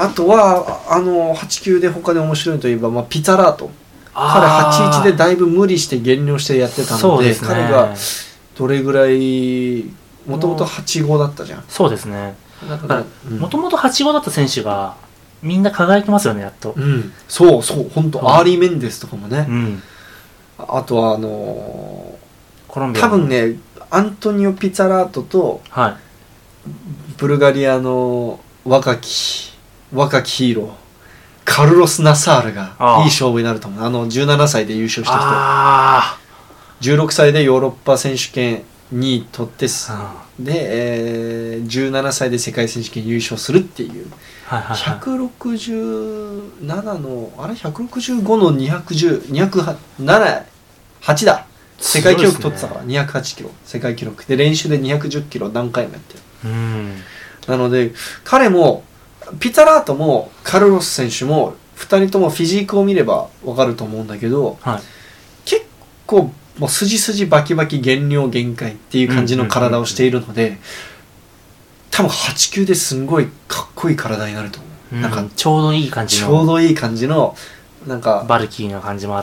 あとはあのはち級で他で面白いといえば、まあ、ピザラート。彼はちじゅういちでだいぶ無理して減量してやってたの で, で、ね、彼がどれぐらいもともとはちじゅうごだったじゃん。 そうですね。だからもともとはちじゅうごだった選手がみんな輝きますよねやっと、 うん、そうそう本当、うん、アーリー・メンデスとかもね、 うん、 あとはあのー、 コロンビア多分ねアントニオ・ピザラートと、 はい、 ブルガリアの若き若きヒーローカルロス・ナサールがいい勝負になると思う。あのじゅうななさいで優勝した人。 あじゅうろくさいでヨーロッパ選手権にい取ってで、えー、じゅうななさいで世界選手権優勝するっていう、 はいはいはい、 ひゃくろくじゅうななのあれひゃくろくじゅうごのにひゃくじゅう、にひゃくなな、はちだ世界記録取ってたから、ね、にひゃくはちキロ世界記録で練習でにひゃくじゅっキロ何回もやってる。 うんなので彼もピザラートもカルロス選手もふたりともフィジークを見れば分かると思うんだけど、 はい、 結構もう筋筋バキバキ減量限界っていう感じの体をしているので、多分はち級ですんごいかっこいい体になると思う、 うん、 なんかちょうどいい感じのちょうどいい感じのなんかバルキーな感じもあって、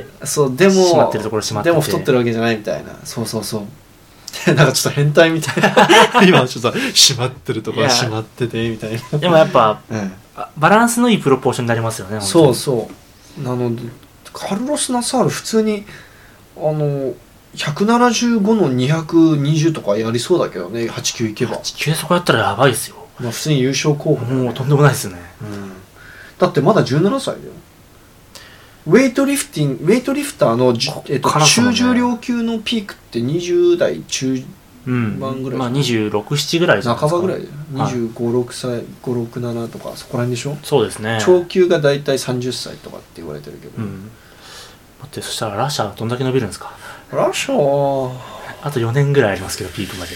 そうでも締まってるところ締まっててでも太ってるわけじゃないみたいな、そうそうそうなんかちょっと変態みたいな今ちょっと締まってるところ締まっててみたいなでもやっぱ、 うん、 バランスのいいプロポーションになりますよね。 そうそうなのでカルロス・ナサール普通にあのひゃくななじゅうごのにひゃくにじゅうとかやりそうだけどね、はち級いけば。 はち級でそこやったらやばいですよ。 まあ普通に優勝候補、 もうとんでもないですよね、 うん、だってまだじゅうななさいだよ。ウェイトリフティングウェイトリフターの、えっと、中重量級のピークってにじゅう代中盤ぐらい、 うん、まあにじゅうろく、ななぐらいじゃないですか。 半ばぐらいだよ、はい、にじゅうご、ろくさいご、ろく、ななとかそこら辺でしょ。 そうですね。 長級がだいたいさんじゅっさいとかって言われてるけど、 うん、待って、そしたらラシャどんだけ伸びるんですか。 ラシャはあとよねんぐらいありますけどピークまで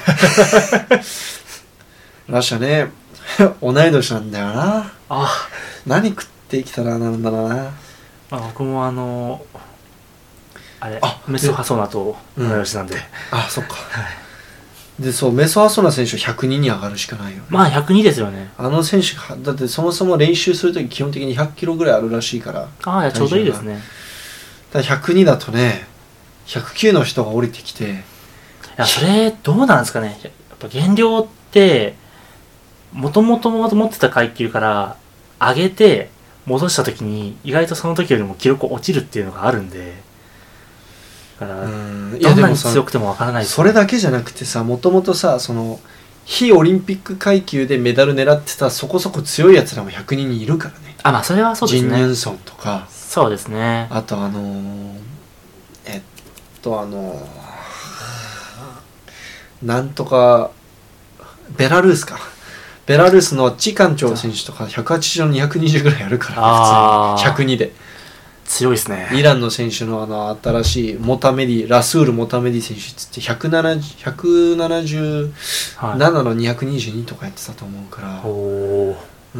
ラシャね同い年なんだよなあ。何食って生きたらなんだろうな、 まあ、僕もあのあれあメソハソナと同い年なんで、うん、 あそっか、はい、でそうメソハソナ選手ひゃくにに上がるしかないよね。 まあひゃくにですよね。 あの選手だってそもそも練習するとき基本的にひゃっキロぐらいあるらしいから。 ああちょうどいいですね。 だからひゃくにだとねひゃくきゅうの人が降りてきて、いやそれどうなんですかね。やっぱ減量ってもともと持ってた階級から上げて戻した時に意外とその時よりも記録落ちるっていうのがあるんで、だからどんなに強くてもわからないです、ね、 それだけじゃなくてさ、もともとさその非オリンピック階級でメダル狙ってたそこそこ強いやつらもひゃくにんにいるからね。 あまあそれはそうですね。 ジン・ニュンソンとかそうですね。 あとあのー、えっとあのー、なんとかベラルースかベラルースのチカンチョウ選手とかひゃくはちじゅうのにひゃくにじゅうぐらいやるからね、普通にひゃくにで強いですね。 イランの選手のあの新しいモタメディラスール・モタメディ選手っつってひゃくななじゅうななのにひゃくにじゅうにとかやってたと思うから、はい、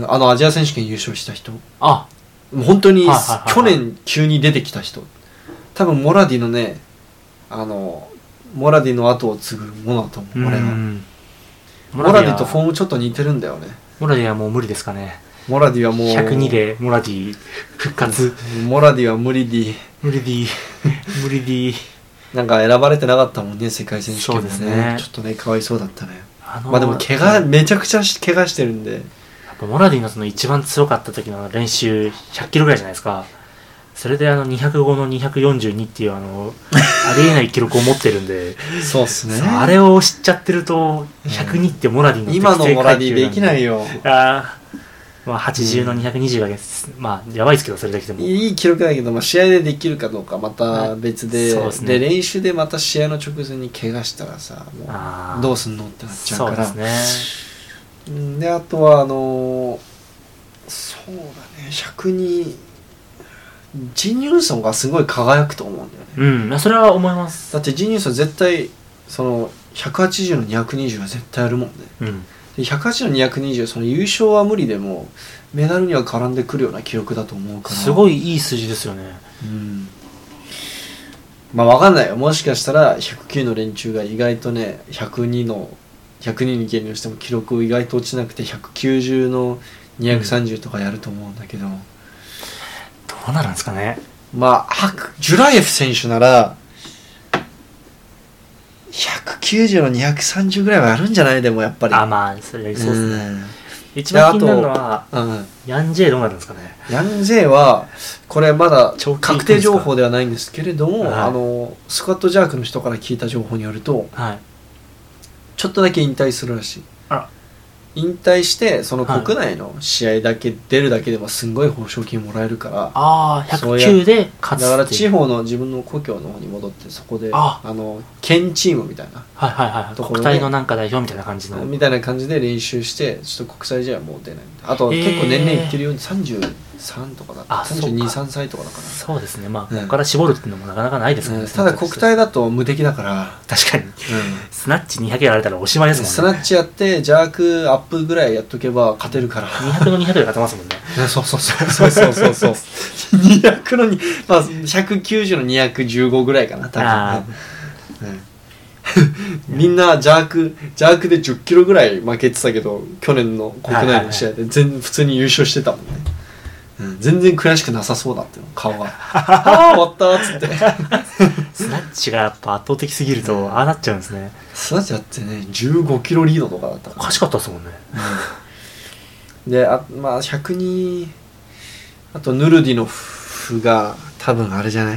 あのアジア選手権優勝した人、あもう本当に去年急に出てきた人、多分モラディのねあのモラディの後を継ぐものだと思う。俺はモラディとフォームちょっと似てるんだよね。 モラディはもう無理ですかね。 モラディはもうひゃくにでモラディ復活モラディは無理ディ無理ディ無理ディなんか選ばれてなかったもんね世界選手権も ね, そうですね。 ちょっとねかわいそうだったね。 あのー、 まあでも怪我、めちゃくちゃ怪我してるんで。 やっぱモラディのその一番強かった時の練習ひゃっキロぐらいじゃないですか。それであのにひゃくごのにひゃくよんじゅうにっていうあのありえない記録を持ってるんでそうっすね。 あれを知っちゃってるとひゃくにってモラディの今のモラディできないよ。 あまあはちじゅうのにひゃくにじゅうが、うん、まあやばいですけどそれだけでもいい記録だけど、まあ、試合でできるかどうかまた別で、はい、で、ね、で練習でまた試合の直前に怪我したらさもうどうすんのってなっちゃうから。そうですね。であとはあのー、そうだねひゃくにジン・ニューソンがすごい輝くと思うんだよね。うん、それは思います。 だってジン・ニューソン絶対そのひゃくはちじゅうのにひゃくにじゅうは絶対あるもんね。うん、でひゃくはちじゅうのにひゃくにじゅうその優勝は無理でもメダルには絡んでくるような記録だと思うから。 すごいいい数字ですよね。 うん。まあ分かんないよ。もしかしたらひゃくきゅうの連中が意外とねひゃくにのひゃくにに減量しても記録意外と落ちなくてひゃくきゅうじゅうのにひゃくさんじゅうとかやると思うんだけど。うん、 どうなるんですかね。 まあジュライエフ選手ならひゃくきゅうじゅうのにひゃくさんじゅうぐらいはやるんじゃない。でもやっぱりあまあそれやりそうですね。うん、一番気になるのは、うん、ヤン・ジェイどうなるんですかね。 ヤン・ジェイはこれまだ確定情報ではないんですけれども、はい、あのスクワットジャークの人から聞いた情報によると、はい、ちょっとだけ引退するらしい。あら引退してその国内の試合だけ出るだけでもすんごい報奨金もらえるから、 ああひゃくきゅうで勝つだから地方の自分の故郷の方に戻ってそこでああの県チームみたいな、 はいはいはい、ところで国体のなんか代表みたいな感じのみたいな感じで練習してちょっと国際試合はもう出ない。あと、えー、結構年々いってるようにさんじゅうさんとかだったさんじゅうに、さんさいとかだから。 そうですね。まあ、うん、ここから絞るっていうのもなかなかないですもんね、うん、 ただ国体だと無敵だから確かに、うん、スナッチにひゃくやられたらおしまいですもんね。 スナッチやってジャークアップぐらいやっとけば勝てるからにひゃくのにひゃくで勝てますもんね。 そうそうそうそうそうそうそうにひゃくのに、まあ、ひゃくきゅうじゅうのにひゃくじゅうごぐらいかな多分ね。みんなジャークジャークでじゅっキロぐらい負けてたけど去年の国内の試合で全普通に優勝してたもんね。うん、全然悔しくなさそうだっていうの顔がああ終わったっつってスナッチがやっぱ圧倒的すぎるとああなっちゃうんですね。 スナッチだってねじゅうごキロリードとかだったからおかしかったですもんね。 うん、であまあひゃくにあとヌルディノフが多分あれじゃない。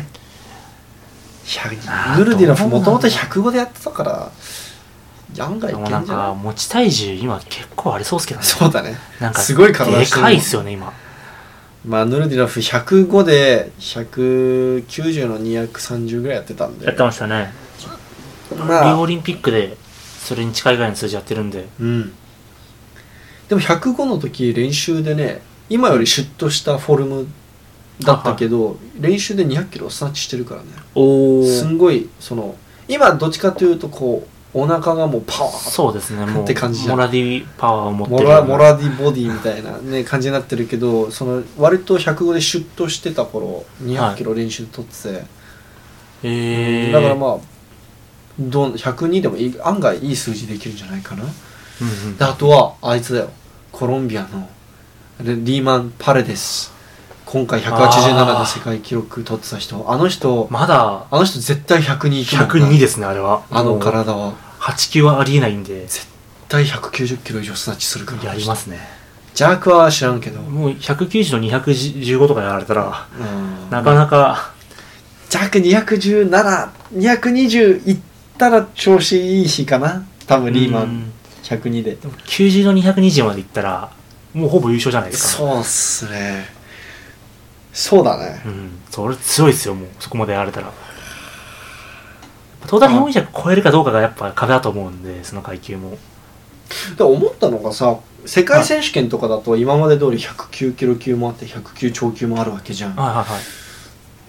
ヌルディノフもともとひゃくごでやってたから案外いけんじゃない。なんか持ち体重今結構ありそうですけどね。 そうだね。 なんかすごい体してる。 でかいっすよね今。 まあヌルディノフひゃくごでひゃくきゅうじゅうのにひゃくさんじゅうぐらいやってたんで。 やってましたね。まあ、リオオリンピックでそれに近いぐらいの数字やってるんで。 うん。でもひゃくごの時練習でね今よりシュッとしたフォルムだったけど、はい、練習でにひゃくキロスナッチしてるからね。おーすんごいその今どっちかというとこうお腹がもうパワーそうですねもうって感じじゃん。 モラディパワーを持ってるモラ、モラディボディみたいな、ね、感じになってるけどその割とひゃくごでシュッとしてた頃にひゃくキロ練習取ってて、はい、えー、だからまあどひゃくにでもいい案外いい数字できるんじゃないかな。うんうん、であとはあいつだよコロンビアのリーマン・パレデス今回ひゃくはちじゅうななで世界記録取ってた人あの人まだあの人絶対ひゃくにいくもんな。 ひゃくにですねあれはあの体ははちきゅうはありえないんで絶対ひゃくきゅうじゅっキロ以上スナッチするからやりますね。 ジャークは知らんけどもうひゃくきゅうじゅうのにひゃくじゅうごとかやられたらなかなかジャークにひゃくじゅうなな、にひゃくにじゅういったら調子いい日かな多分リーマンひゃくにで。 でもきゅうじゅうのにひゃくにじゅうまでいったらもうほぼ優勝じゃないですか。そうっすねそうだね。 うんそれ強いですよもうそこまでやられたら。トータルよんひゃく超えるかどうかがやっぱ壁だと思うんでその階級も。 で思ったのがさ世界選手権とかだと今まで通りひゃくきゅうキロ級もあってひゃくきゅう超級もあるわけじゃん。はいはいはい。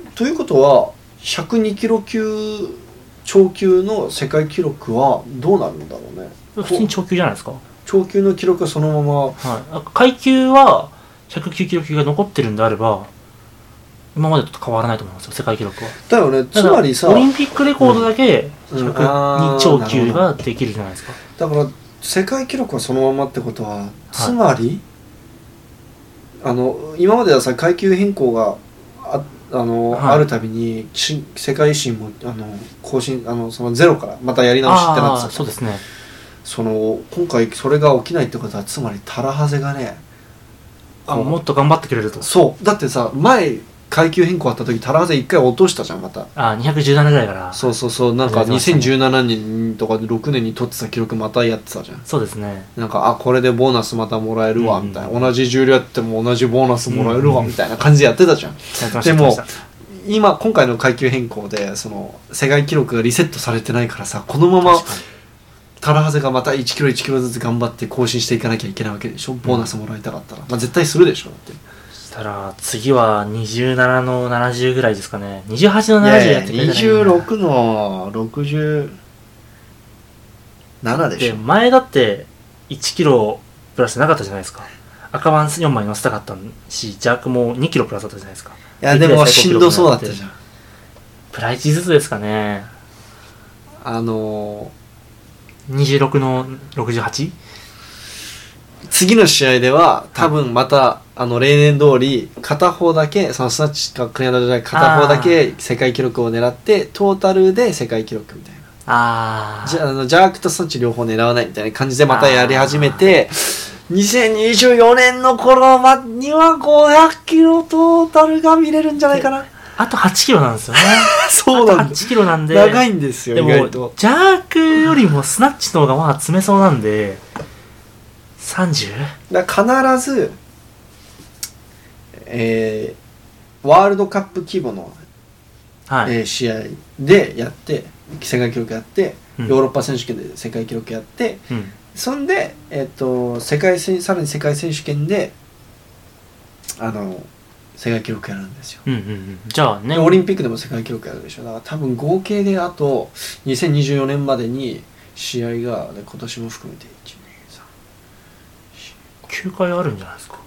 ということはひゃくにキロ級超級の世界記録はどうなるんだろうね。 普通に超級じゃないですか。 超級の記録はそのまま、 はい、階級はひゃくきゅうキロ級が残ってるんであれば今までと変わらないと思いますよ世界記録は。 だよね。つまりさオリンピックレコードだけひゃくに超級ができるじゃないですか。 だから世界記録はそのままってことはつまり、はい、あの今まではさ階級変更が あ, あ, の、はい、あるたびに世界新もあの更新あのそのゼロからまたやり直しってなってた。 そうですね。 その今回それが起きないってことはつまりタラハゼがねあもっと頑張ってくれると。 そうだってさ前階級変更あった時タラハゼいっかい落としたじゃんまた。 あにひゃくじゅうななぐらいからそうそうそうなんかにせんじゅうななねんとかろくねんに取ってた記録またやってたじゃん。 そうですね。 なんかあこれでボーナスまたもらえるわみたいな、うんうん、同じ重量やっても同じボーナスもらえるわみたいな感じでやってたじゃん、うんうん、でも今今回の階級変更でその世界記録がリセットされてないからさこのままタラハゼがまたいちキロいちキロずつ頑張って更新していかなきゃいけないわけでしょ。ボーナスもらいたかったら、まあ、絶対するでしょだってそしたら次はにじゅうななのななじゅうぐらいですかね。にじゅうはちのななじゅうやってくれたらいいな。 にじゅうろくのろくじゅうななでしょ。 で前だっていちキロプラスなかったじゃないですか。赤ワンよんまい乗せたかったしジャークもにキロプラスだったじゃないですか。 いやでもしんどそうだったじゃん。 プライチずつですかね。 あのー、にじゅうろくのろくじゅうはち次の試合では多分またあの例年通り片方だけそのスナッチかクリアドじゃない片方だけ世界記録を狙ってトータルで世界記録みたいなあじゃあのジャークとスナッチ両方狙わないみたいな感じでまたやり始めてにせんにじゅうよねんの頃にはごひゃくキロトータルが見れるんじゃないかな。 あとはちキロなんですよね。 そうなんだ。 あとはちキロなんで長いんですよ。 でも意外とジャークよりもスナッチの方がまあ詰めそうなんでさんじゅう? だから必ず、えー、ワールドカップ規模の、 はいえー、試合でやって世界記録やって、うん、ヨーロッパ選手権で世界記録やって、うん、そんで、えー、と世界選さらに世界選手権であの世界記録やるんですよ、 うんうんうん、じゃあねオリンピックでも世界記録やるでしょ。だから多分合計であとにせんにじゅうよねんまでに試合が、ね、今年も含めていちねんさんきゅうかいあるんじゃないですか。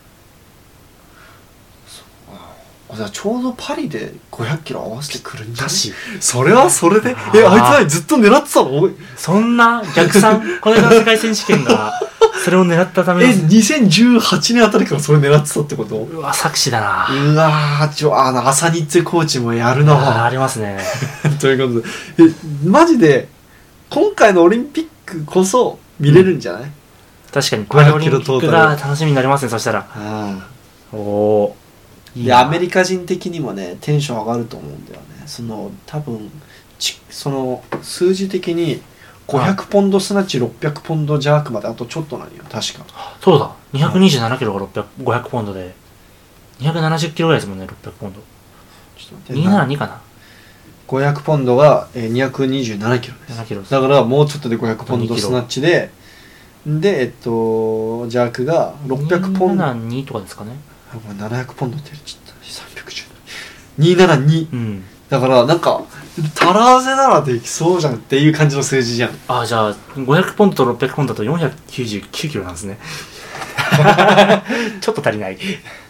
そうあちょうどパリでごひゃくキロ合わせてくるんじゃない。 しそれはそれでえあいつはずっと狙ってたの。 そんな逆算この間の世界選手権がそれを狙ったためのえにせんじゅうはちねんあたりからそれ狙ってたってこと。 うわ作詞だな。 うわーちょあの朝日ツコーチもやるな。 ありますねということでえマジで今回のオリンピックこそ見れるんじゃない、うん、 確かにパリオリンピックが楽しみになりますね。そしたらうんおおいやアメリカ人的にもねテンション上がると思うんだよね。その多分ちその数字的にごひゃくポンドスナッチろっぴゃくポンドジャークまであとちょっとなんよ確か。 そうだにひゃくにじゅうななキロがろっぴゃくごひゃくポンドでにひゃくななじゅっキロぐらいですもんね。ろっぴゃくポンドちょっと待ってにひゃくななじゅうにかな。 ごひゃくポンドが、えー、にひゃくにじゅうななキロです。 ななキロです。 だからもうちょっとでごひゃくポンドスナッチででえっとジャークがろっぴゃくポンドにひゃくななじゅうにとかですかね。 ななひゃくポンドってちょっとさんびゃくじゅうにひゃくななじゅうに、うん、だからなんかタラーゼならできそうじゃんっていう感じの数字じゃん。 ああじゃあごひゃくポンドとろっぴゃくポンドだとよんひゃくきゅうじゅうきゅうキロなんですねちょっと足りない。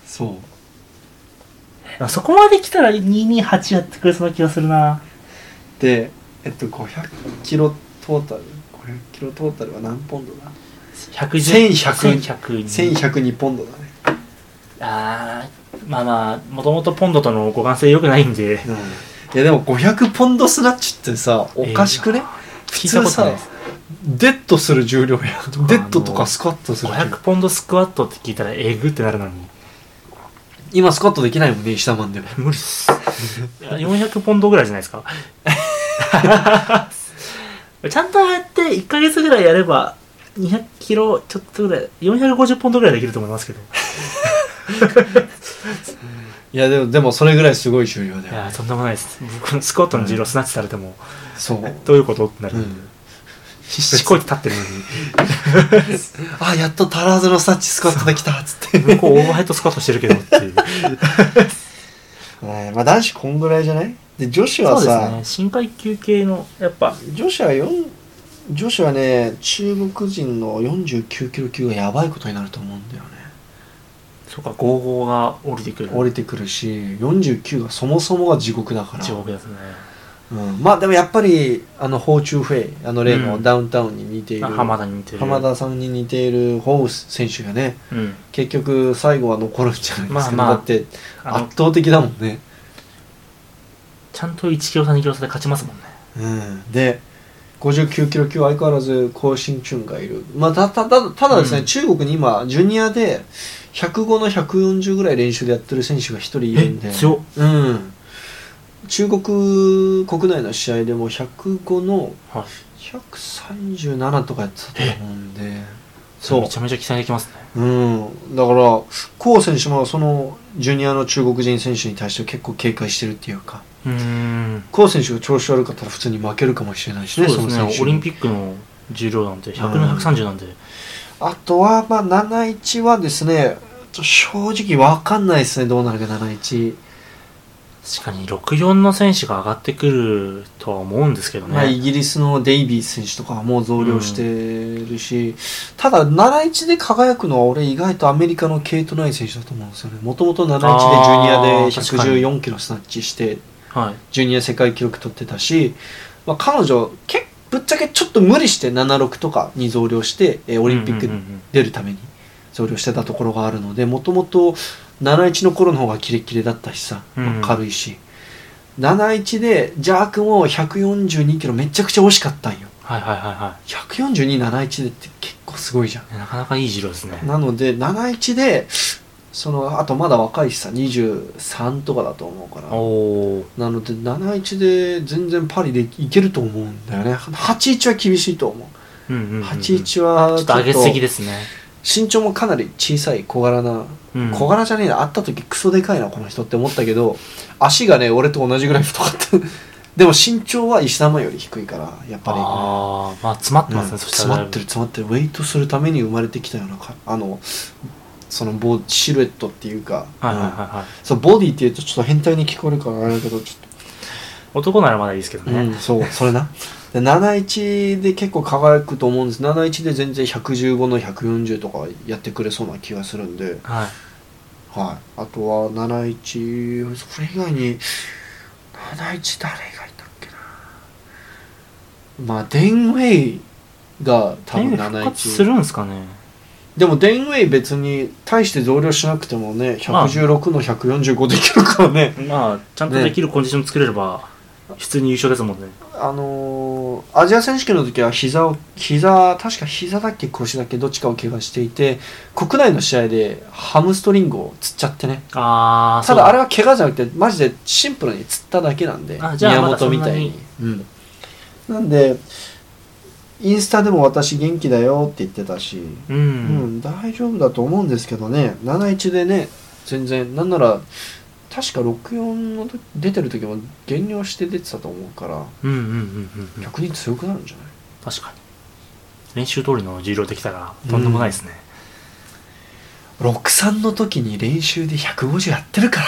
そうそこまで来たらにひゃくにじゅうはちやってくれそうな気がするな。 でえっとごひゃくキロトータルごひゃくキロトータルは何ポンドだ。せんひゃくにポンドだね。 ああまあまあもともとポンドとの互換性良くないんで、うん、いやでもごひゃくポンドスナッチってさおかしくね、えー、普通さデッドする重量やデッドとかスクワットするごひゃくポンドスクワットって聞いたらえぐってなるのに今スクワットできないもんね石田マンでも無理っすよんひゃくポンドぐらいじゃないですかちゃんとやっていっかげつぐらいやればにひゃくキロちょっとぐらいよんひゃくごじゅうポンドぐらいできると思いますけどいやでもでもそれぐらいすごい重量だよ。 いやとんでもないです。僕のスクワットの重量スナッチされても、うん、 そうどういうことってなる、うん、必死こいて立ってるのにあやっとタラーズのスナッチスクワットできたっつって向こうオーバーヘッドスクワットしてるけどっていうまあ男子こんぐらいじゃない。で女子はさそうですね深階級系のやっぱ女子はよん女子はね中国人のよんじゅうきゅうキロ級がやばいことになると思うんだよね。 そうかごじゅうごが降りてくる降りてくるしよんじゅうきゅうがそもそもが地獄だから地獄ですね、 うん、まあでもやっぱりあのホーチューフェイあの例のダウンタウンに似ている、うん、 浜田に似てる浜田さんに似ているホース選手がね、うん、結局最後は残るんじゃないですか、まあまあ、だって圧倒的だもんね。 ちゃんといちキロ差にキロ差で勝ちますもんね、 うん、でごじゅうきゅうキロ級相変わらず高進チュンがいる、まあ、た, た, た, ただですね、うん、中国に今ジュニアでひゃくごのひゃくよんじゅうぐらい練習でやってる選手がひとりいるんで、 強っ、 うん、中国国内の試合でもひゃくごのひゃくさんじゅうななとかやってたと思うんで、 そうめちゃめちゃ期待できますね。 うん、だからコウ選手もそのジュニアの中国人選手に対して結構警戒してるっていうか、 うーん、 コウ選手が調子悪かったら普通に負けるかもしれないしね。 そうですね、 その選手オリンピックの重量なんてひゃくのひゃくさんじゅうなんで、 あとはまあなないちはですね、正直わかんないですね、どうなるかなないち。 確かにろくじゅうよんの選手が上がってくるとは思うんですけどね、 まあ、イギリスのデイビー選手とかはもう増量してるし、うん、ただなないちで輝くのは俺意外とアメリカのケイト・ナイ選手だと思うんですよね。もともとなないちでジュニアでひゃくじゅうよんキロスナッチして、はい、ジュニア世界記録取ってたし、まあ、彼女結ぶっちゃけちょっと無理してななじゅうろくとかに増量して、えー、オリンピック出るために増量してたところがあるので、もともとなないちの頃の方がキレッキレだったしさ、まあ、軽いし、うん、なないちでジャークもひゃくよんじゅうにキロめちゃくちゃ惜しかったんよ。 はいはいはいはい。 ひゃくよんじゅうに、なないちでって結構すごいじゃん。 なかなかいい重量ですね。 なのでなないちでそのあとまだ若いしさ、にじゅうさんとかだと思うから、おなのでなないちで全然パリでいけると思うんだよね。はちじゅういちは厳しいと思う。うんうんうんうん、はちじゅういちはちょっと上げすぎですね。 身長もかなり小さい小柄な、うん、小柄じゃねえな、会った時クソでかいなこの人って思ったけど、足がね俺と同じぐらい太かったでも身長は石玉より低いからやっぱり、ね、 ああまあ詰まってますね、うん、そしたら詰まってる詰まってる、ウェイトするために生まれてきたようなか、あのそのボシルエットっていうか、はいはいはいはい、そうボディっていうとちょっと変態に聞こえるからあれだけど、ちょっと男ならまだいいですけどね、 うん、そうそれななないちで結構輝くと思うんです。なないちで全然ひゃくじゅうごのひゃくよんじゅうとかやってくれそうな気がするんで、はい、はい、あとはなないち、それ以外になないち誰がいたっけな。まあデンウェイが多分なないち復活するんですかね。 でもデンウェイ別に大して増量しなくてもねひゃくじゅうろくのひゃくよんじゅうごできるからね、 まあちゃんとできるコンディション作れれば、ね、普通に優勝ですもんね。 あのー、アジア選手権の時は膝を膝確か膝だっけ腰だっけどっちかを怪我していて、国内の試合でハムストリングをつっちゃってね。あただあれは怪我じゃなくてマジでシンプルにつっただけなんで、宮本みたいに、うん、なんでインスタでも私元気だよって言ってたし、うん、うん、大丈夫だと思うんですけどね。なないちでね全然なんなら確かろくじゅうよんの出てる時も減量して出てたと思うから、うんうんうんうんうん、逆に強くなるんじゃない。 確かに練習通りの重量できたらとんでもないですね、 うん、ろくじゅうさんの時に練習でひゃくごじゅうやってるから、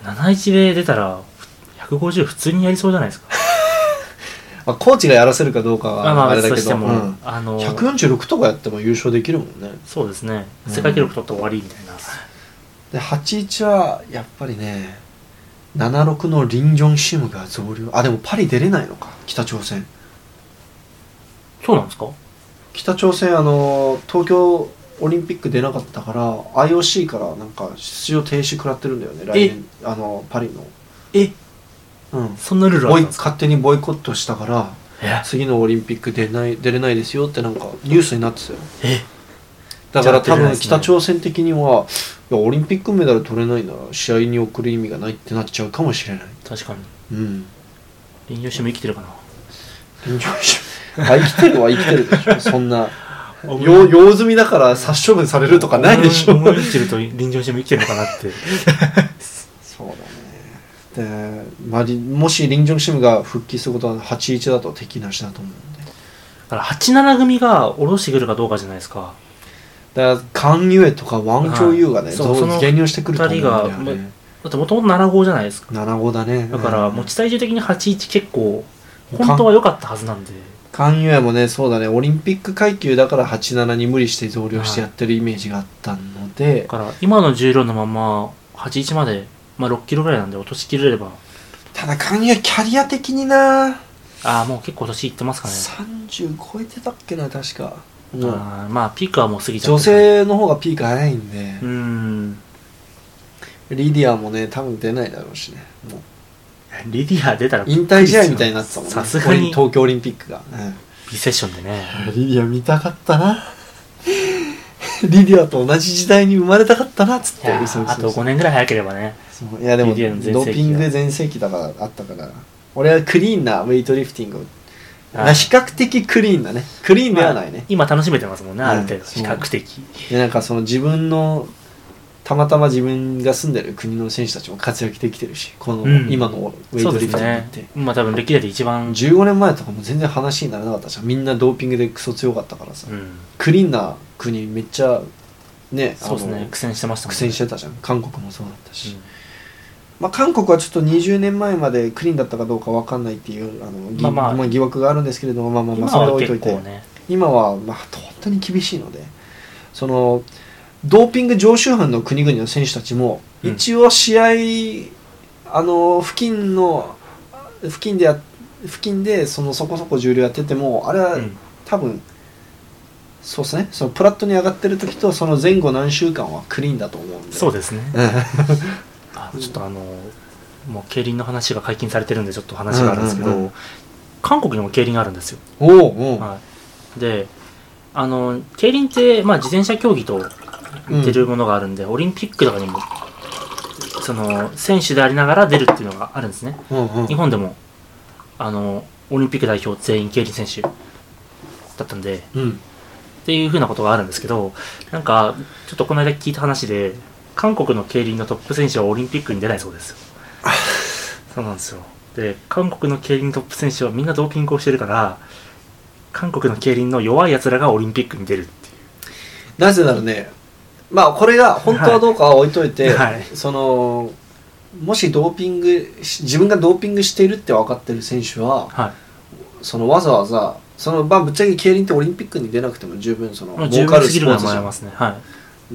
なないちで出たらひゃくごじゅう普通にやりそうじゃないですかまあコーチがやらせるかどうかはあれだけど、 も、うん、あのー、 ひゃくよんじゅうろくとかやっても優勝できるもんね。 そうですね、世界記録取って終わりみたいな、うん、 ではちじゅういちはやっぱりねななじゅうろくのリン・ジョン・シムが増量、あでもパリ出れないのか北朝鮮。 そうなんですか。 北朝鮮あの東京オリンピック出なかったから アイオーシー からなんか出場停止食らってるんだよね来年、あのパリの。えうん、そんなルールあったんですか。勝手にボイコットしたから次のオリンピック出ない出れないですよってなんかニュースになってたよ。えだから多分北朝鮮的にはいやオリンピックメダル取れないなら試合に送る意味がないってなっちゃうかもしれない。 確かに。うん林業氏も生きてるかな。 林業氏あ生きてるは生きてるでしょそんな用用済みだから殺処分されるとかないでしょ。 思い生きてると林業氏も生きてるのかなってそうだね。で、まあ、もしリン・ジョン・シムが復帰することははちじゅういちだと敵なしだと思うんで、だからはちじゅうなな組が下ろしてくるかどうかじゃないですか。 だからカン・ユエとかワン・チョウ・ユーがね、はい、そう減量してくると思うんだよね。 だってもともとななじゅうごじゃないですか。 ななじゅうごだね。 だから持ち体重的にはちじゅういち結構本当は良かったはずなんで。 カン・ユエもねそうだねオリンピック階級だからはちじゅうななに無理して増量してやってるイメージがあったので、はい、 だから今の重量のままはちじゅういちまでまあろっキロぐらいなんで落としきれれば。 ただカン・ユエキャリア的になああもう結構年いってますかね。 さんじゅう超えてたっけな確か。 あまあピークはもう過ぎちゃって女性の方がピーク早いんで、 うんリディアもね多分出ないだろうしね。もうリディア出たら引退試合みたいになってたもんね。 さすがに東京オリンピックが、うん、 B セッションでね。 リディア見たかったなリディアと同じ時代に生まれたかったなっつって。 あとごねんぐらい早ければね。 いやでもドーピング全盛期だからあったから、俺はクリーンなウェイトリフティングを、比較的クリーンなね、クリーンではないね、まあ、 今楽しめてますもんね、ある程度比較的で、なんかその自分のたまたま自分が住んでる国の選手たちも活躍できてるし、この、うん、今のウェイトリフティングって、 ね、まあ多分歴代で一番じゅうごねんまえとかも全然話にならなかったじゃん。みんなドーピングでクソ強かったからさ、うん、クリーンな国めっちゃね、 そうですね、苦戦してましたもんね。 苦戦してたじゃん。韓国もそうだったし、うん、まあ、韓国はちょっとにじゅうねんまえまでクリーンだったかどうか分かんないっていうあの、まあまあまあ、疑惑があるんですけれども、まあまあまあそれは置いといて、ね、今はまあ本当に厳しいので、そのドーピング常習犯の国々の選手たちも一応試合、うん、あの付近の付近でや付近でそのそこそこ重量やってても、あれは多分、うん、そうですね、そのプラットに上がってる時とその前後何週間はクリーンだと思うんで。 そうですねあ、ちょっとあのもう競輪の話が解禁されてるんでちょっと話があるんですけど、うんうんうん、韓国にも競輪があるんですよ。 おうおう、 はい、であの競輪って、まあ、自転車競技と似てるものがあるんで、うん、オリンピックとかにもその選手でありながら出るっていうのがあるんですね、うんうん、日本でもあのオリンピック代表全員競輪選手だったんで、うん、っていうふうなことがあるんですけど、なんかちょっとこの間聞いた話で韓国の競輪のトップ選手はオリンピックに出ないそうですよそうなんですよ。で韓国の競輪トップ選手はみんなドーピングをしてるから、韓国の競輪の弱いやつらがオリンピックに出るっていう。 なぜならね、まあこれが本当はどうかは置いといて、はいはい、そのもしドーピング自分がドーピングしているって分かってる選手は、はい、そのわざわざその、まあ、ぶっちゃけ競輪ってオリンピックに出なくても十分その儲かるスポーツじゃん、ね、はい、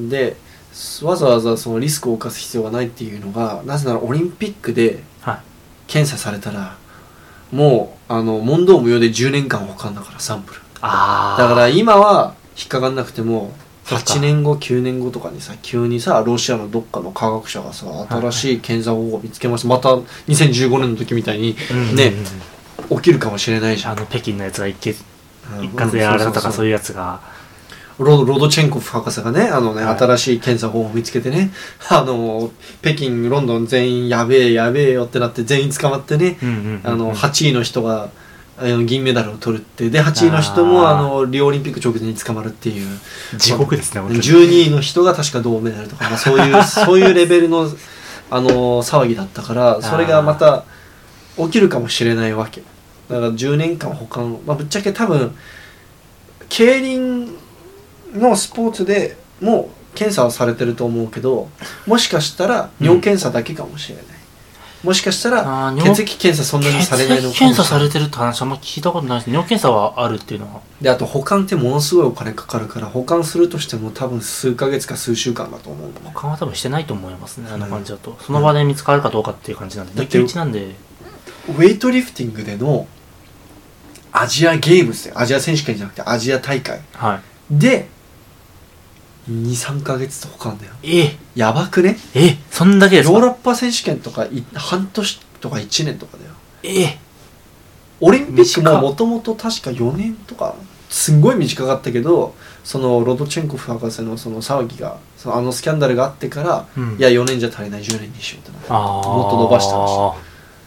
でわざわざそのリスクを冒す必要がないっていうのが、なぜならオリンピックで検査されたらもうあの問答無用でじゅうねんかん保管だから、サンプル。あだから今は引っかかんなくてもはちねんごきゅうねんごとかにさ、急にさロシアのどっかの科学者がさ新しい検査方法を見つけました、はい、またにせんじゅうごねんの時みたいにね、うん、起きるかもしれないじゃん。 あの北京のやつが一気一括でやられたとか、そういうやつがロ, ロドチェンコフ博士がね、あのね、はい、新しい検査法を見つけてね、あの北京ロンドン全員やべえやべえよってなって全員捕まってね、うんうんうんうん、あのはちいの人が銀メダルを取るって、ではちいの人もあのリオオリンピック直前に捕まるっていう、 地獄ですね。本当にじゅうにいの人が確か銅メダルとか、まあ、そういうそういうレベルのあの騒ぎだったから、それがまた起きるかもしれないわけだからじゅうねんかん保管、まあ、ぶっちゃけ多分競輪のスポーツでもう検査はされてると思うけど、もしかしたら尿検査だけかもしれない、うん、もしかしたら血液検査そんなにされないのかもしれない。 血液検査されてるって話あんま聞いたことないです。尿検査はあるっていうのは。 であと保管ってものすごいお金かかるから、保管するとしても多分数ヶ月か数週間だと思う、ね、 保管は多分してないと思いますね、あの感じだと、うん、その場で見つかるかどうかっていう感じなんで、抜き打ちなんで。 ウェイトリフティングでのアジアゲームズで、アジア選手権じゃなくてアジア大会、はい、でにさんかげつとかあんだよ。 えやばくね。 えそんだけですか。 ヨーロッパ選手権とか半年とかいちねんとかだよ。 えオリンピックももともと確かよねんとかすんごい短かったけど、そのロドチェンコフ博士のその騒ぎが、そのあのスキャンダルがあってから、うん、いやよねんじゃ足りないじゅうねんにしようってなって、もっと伸ばしたらしい。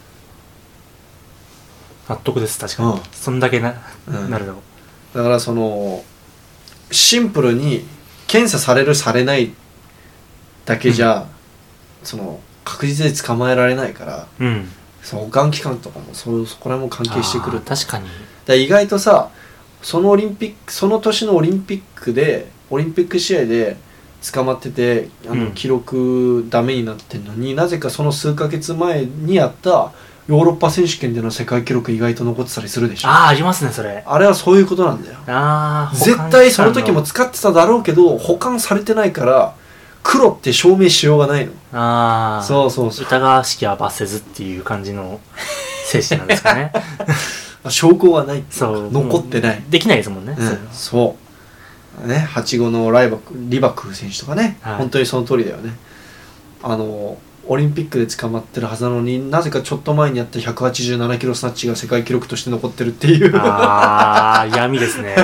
納得です。確かに、うん、そんだけ な,、うん、なるだろう。だからそのシンプルに検査されるされないだけじゃ、うん、その確実に捕まえられないから、うん、その保管期間とかも そ, そこら辺も関係してくる。 確かに。 だ意外とさ、そのオリンピックその年のオリンピックでオリンピック試合で捕まってて、あの記録ダメになってんのに、うん、なぜかその数ヶ月前にやったヨーロッパ選手権での世界記録意外と残ってたりするでしょ。 ああ、ありますね、それ。 あれはそういうことなんだよ。ああ、絶対その時も使ってただろうけど保管されてないから黒って証明しようがないの。ああ、そうそうそう。 疑わしきは罰せずっていう感じの精神なんですかね。 証拠がないっていうか、そう残ってない。 できないですもんね。 うん、そうね、はちごのライバクリバク選手とかね、はい、本当にその通りだよね。あのオリンピックで捕まってるはずなのになぜかちょっと前にやったひゃくはちじゅうななキロスナッチが世界記録として残ってるっていうああ闇ですね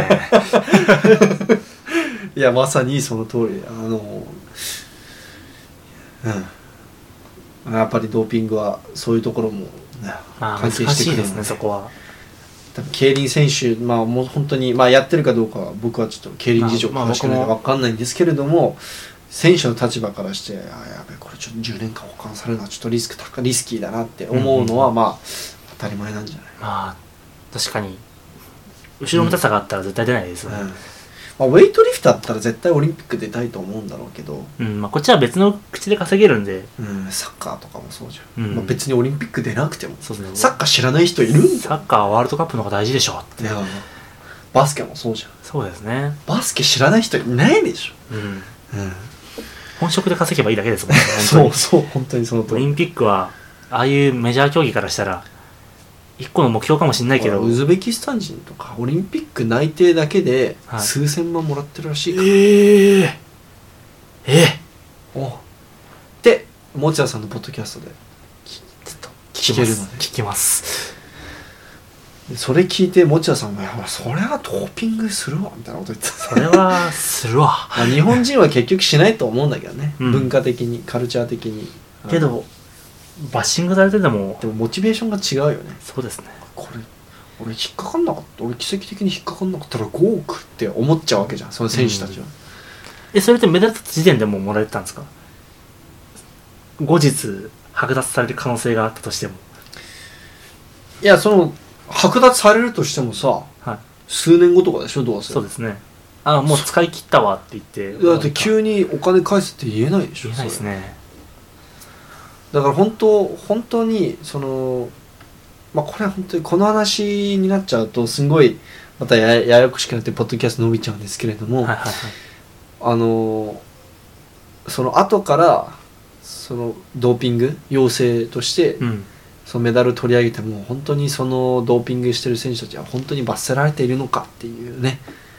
いやまさにその通りあのうんやっぱりドーピングはそういうところも、ね、 まあ、 関係してくる難しいですねそこは。 多分競輪選手まあもう本当にまあやってるかどうかは僕はちょっと競輪事情詳しくないので分かんないんですけれども、選手の立場からしてあやべこれちょっとじゅうねんかん保管されるのはちょっとリスク高リスキーだなって思うのは、うんうん、まあ当たり前なんじゃない。 まあ確かに後ろめたさがあったら絶対出ないですよね、うんうん、 まあ、ウェイトリフターだったら絶対オリンピック出たいと思うんだろうけど、 うんまあ、こっちは別の口で稼げるんで、 うん、サッカーとかもそうじゃん、 うんまあ、別にオリンピック出なくてもそうですね、 サッカー知らない人いるんだよ。 サッカーはワールドカップの方が大事でしょって。 バスケもそうじゃん。 そうですね。 バスケ知らない人いないでしょ、 うん、うん、 本職で稼げばいいだけですもんねそうそう本当にその通り。 オリンピックはああいうメジャー競技からしたら一個の目標かもしれないけど、 ウズベキスタン人とかオリンピック内定だけで数千万もらってるらしいから、 はい、えええー、おって持田さんのポッドキャストで聞けるので聞きます。 それ聞いて持田さんが「それはドーピングするわ」みたいなこと言ってた。 それはするわまあ日本人は結局しないと思うんだけどね、うん、文化的にカルチャー的に。 けどバッシングされててもでもモチベーションが違うよね。 そうですね。 これ俺引っかかんなかった俺奇跡的に引っかかんなかったらごおくって思っちゃうわけじゃんその選手たちは、うん、 えそれってメダル取った時点でもうもらえてたんですか。後日剥奪される可能性があったとしても。 いやその剥奪されるとしてもさ、はい、数年後とかでしょどうせ。 そうですね。あもう使い切ったわって言ってだって急にお金返すって言えないでしょ。 言えないですね。 だから本当本当にそのまあこれは本当にこの話になっちゃうとすごいまた や, ややこしくなってポッドキャスト伸びちゃうんですけれども、はいはいはい、あのその後からそのドーピング陽性として、うん、そのメダル取り上げても本当にそのドーピングしてる選手たちは本当に罰せられているのかっていうね。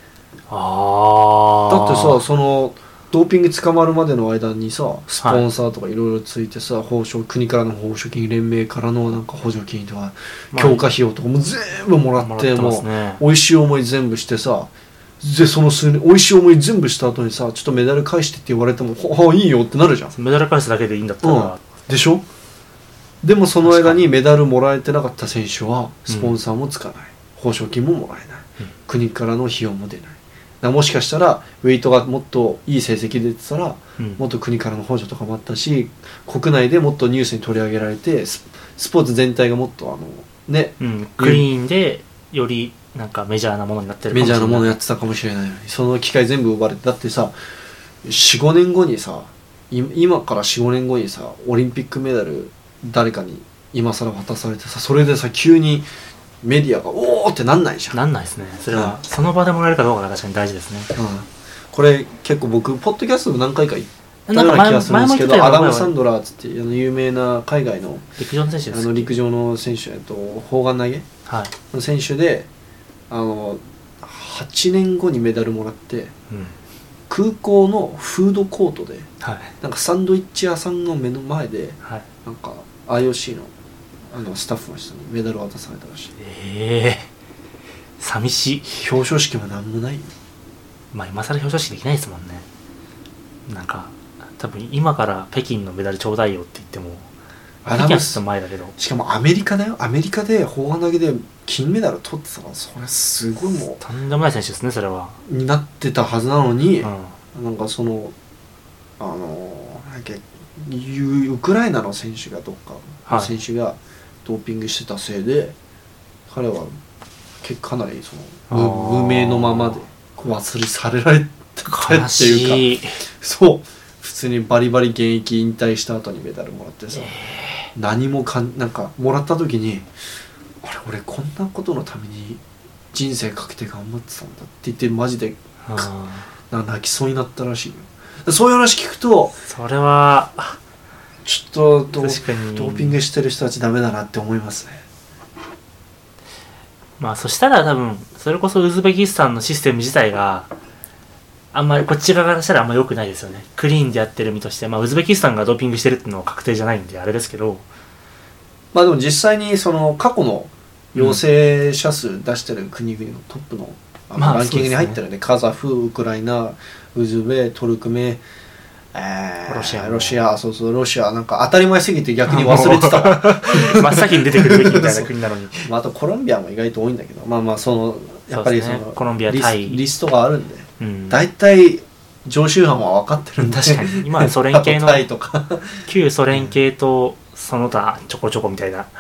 あだってさそのドーピング捕まるまでの間にさスポンサーとかいろいろついてさ、はい、報酬国からの報奨金連盟からのなんか補助金とか、まあ、強化費用とかも全部もらって、もう美味しい思い全部してさでその数年美味しい思い全部した後にさちょっとメダル返してって言われてもああいいよってなるじゃん。 メダル返すだけでいいんだったら、うん、 でしょ。でもその間にメダルもらえてなかった選手はスポンサーもつかない、うん、報奨金ももらえない、うん、国からの費用も出ない。もしかしたらウェイトがもっといい成績出てたら、うん、もっと国からの補助とかもあったし国内でもっとニュースに取り上げられて ス, スポーツ全体がもっとあのね、 うん、クリーンでよりなんかメジャーなものになってるかもしれない。メジャーなものやってたかもしれないのにその機会全部奪われて。だってさ よん,ご 年後にさ今から よん,ご 年後にさオリンピックメダル誰かに今更渡されてさそれでさ急にメディアがおーってなんないじゃん。 なんないですね。それは、うん、その場でもらえるかどうかが確かに大事ですね、 うん、これ結構僕ポッドキャストも何回か言ったような気がするんですけどアダム・サンドラーっつってあの有名な海外の陸上の選手です。 あの陸上の選手、えっと、砲丸投げの選手であのはちねんごにメダルもらって、うん、空港のフードコートで、はい、なんかサンドイッチ屋さんの目の前で、はい、なんか アイオーシー のあのスタッフの人にメダルを渡されたらしい。 ええー、寂しい。 表彰式もなんもないよ。 まあ今更表彰式できないですもんね。なんか多分今から北京のメダルちょうだいよって言ってもアダムス前だけどしかもアメリカだよ。アメリカで砲丸投げで金メダル取ってたらそれすごいもうとんでもない選手ですねそれは。 になってたはずなのに、うん、なんかそのあのなんかウクライナの選手がどっかの選手が、はいドーピングしてたせいで彼は結構かなりその 無, 無名のままで忘れされられてたっていうかそう普通にバリバリ現役引退した後にメダルもらってさ、えー、何もかんなんかもらった時にあれ俺こんなことのために人生かけて頑張ってたんだって言ってマジでな泣きそうになったらしいよ。そういう話聞くとそれはちょっとドーピングしてる人たちダメだなって思いますね。 まあそしたら多分それこそウズベキスタンのシステム自体があんまりこっち側からしたらあんま良くないですよね。クリーンでやってる身として、まあ、ウズベキスタンがドーピングしてるっていうのは確定じゃないんであれですけど、 まあでも実際にその過去の陽性者数出してる国々のトップの、あのまあランキングに入ってるね、 そうですねカザフ、ウクライナ、ウズベ、トルクメ、えー、 ロシアもロシア、そうそう、ロシア、なんか当たり前すぎて逆に忘れてたわ。 真っ先に出てくるべきみたいな国なのにまあ、あとコロンビアも意外と多いんだけど、まあまあそのやっぱりそのそうですねコロンビアリスタイリストがあるんで、 うん、 大体常習犯は分かってるんで、 確かに今ソ連系のあとタイとか旧ソ連系とその他ちょこちょこみたいな。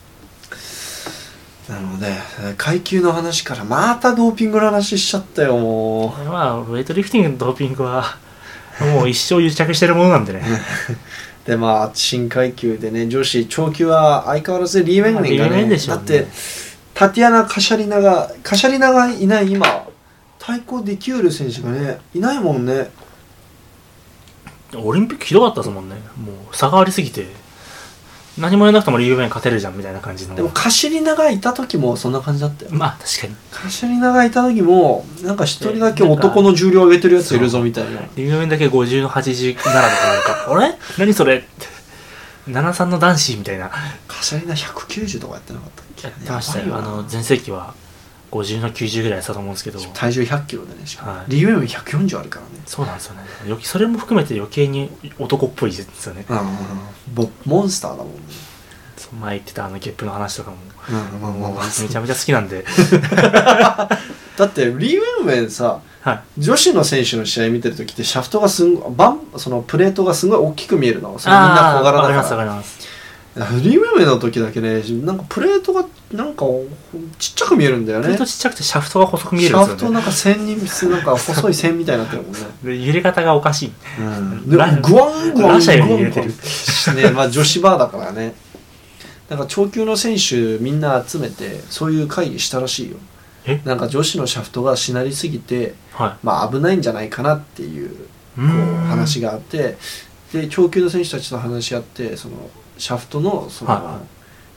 なので階級の話からまたドーピングの話しちゃったよ。もうまあウェイトリフティングのドーピングはもう一生癒着してるものなんでねでまあ新階級でね女子長級は相変わらずリー・ウェンウェンがね、 リーウェンでしょうね。 だってタティアナ・カシャリナがカシャリナがいない今対抗できうる選手がねいないもんね。 オリンピックひどかったですもんね。もう差がありすぎて何もやらなくてもリーグウェン勝てるじゃんみたいな感じの。 でもカシリナがいた時もそんな感じだったよ。 まあ確かにカシリナがいた時もなんか一人だけ男の重量上げてるやついるぞみたいな。 リーグウェンだけごじゅうのはちじゅうななとかなんかあれ何それななじゅうさんの男子みたいな。 カシャリナひゃくきゅうじゅうとかやってなかったっけ。 やってましたよ。あやばいなの全盛期はごじゅうのきゅうじゅうぐらいやったと思うんですけど、 体重ひゃっキロでね、しかも、 はいリー・ウェンウェンひゃくよんじゅうあるからね。 そうなんですよね。よきそれも含めて余計に男っぽいですよね。 うんボモンスターだもんね。 そう前言ってたあのゲップの話とかもうんまあまあまあめちゃめちゃ好きなんでだってリー・ウェンウェンさ、 はい、 女子の選手の試合見てる時ってシャフトがすんごいバンそのプレートがすごい大きく見えるの。それみんな小柄だから。 わかりますわかります。 リー・ウェンウェンの時だけね、なんかプレートがなんかちっちゃく見えるんだよね。 プレートちっちゃくてシャフトが細く見えるんですよね。 シャフトなんか線になんか細い線みたいになってるもんね。 で揺れ方がおかしい。 うん、でグワングワングワンラシャより揺れてるね、まあ女子バーだからね。なんか長級の選手みんな集めてそういう会議したらしいよ。 えなんか女子のシャフトがしなりすぎて、 はい、 まあ危ないんじゃないかなっていうこう話があって、で長級の選手たちと話し合ってそのシャフトのその、はい、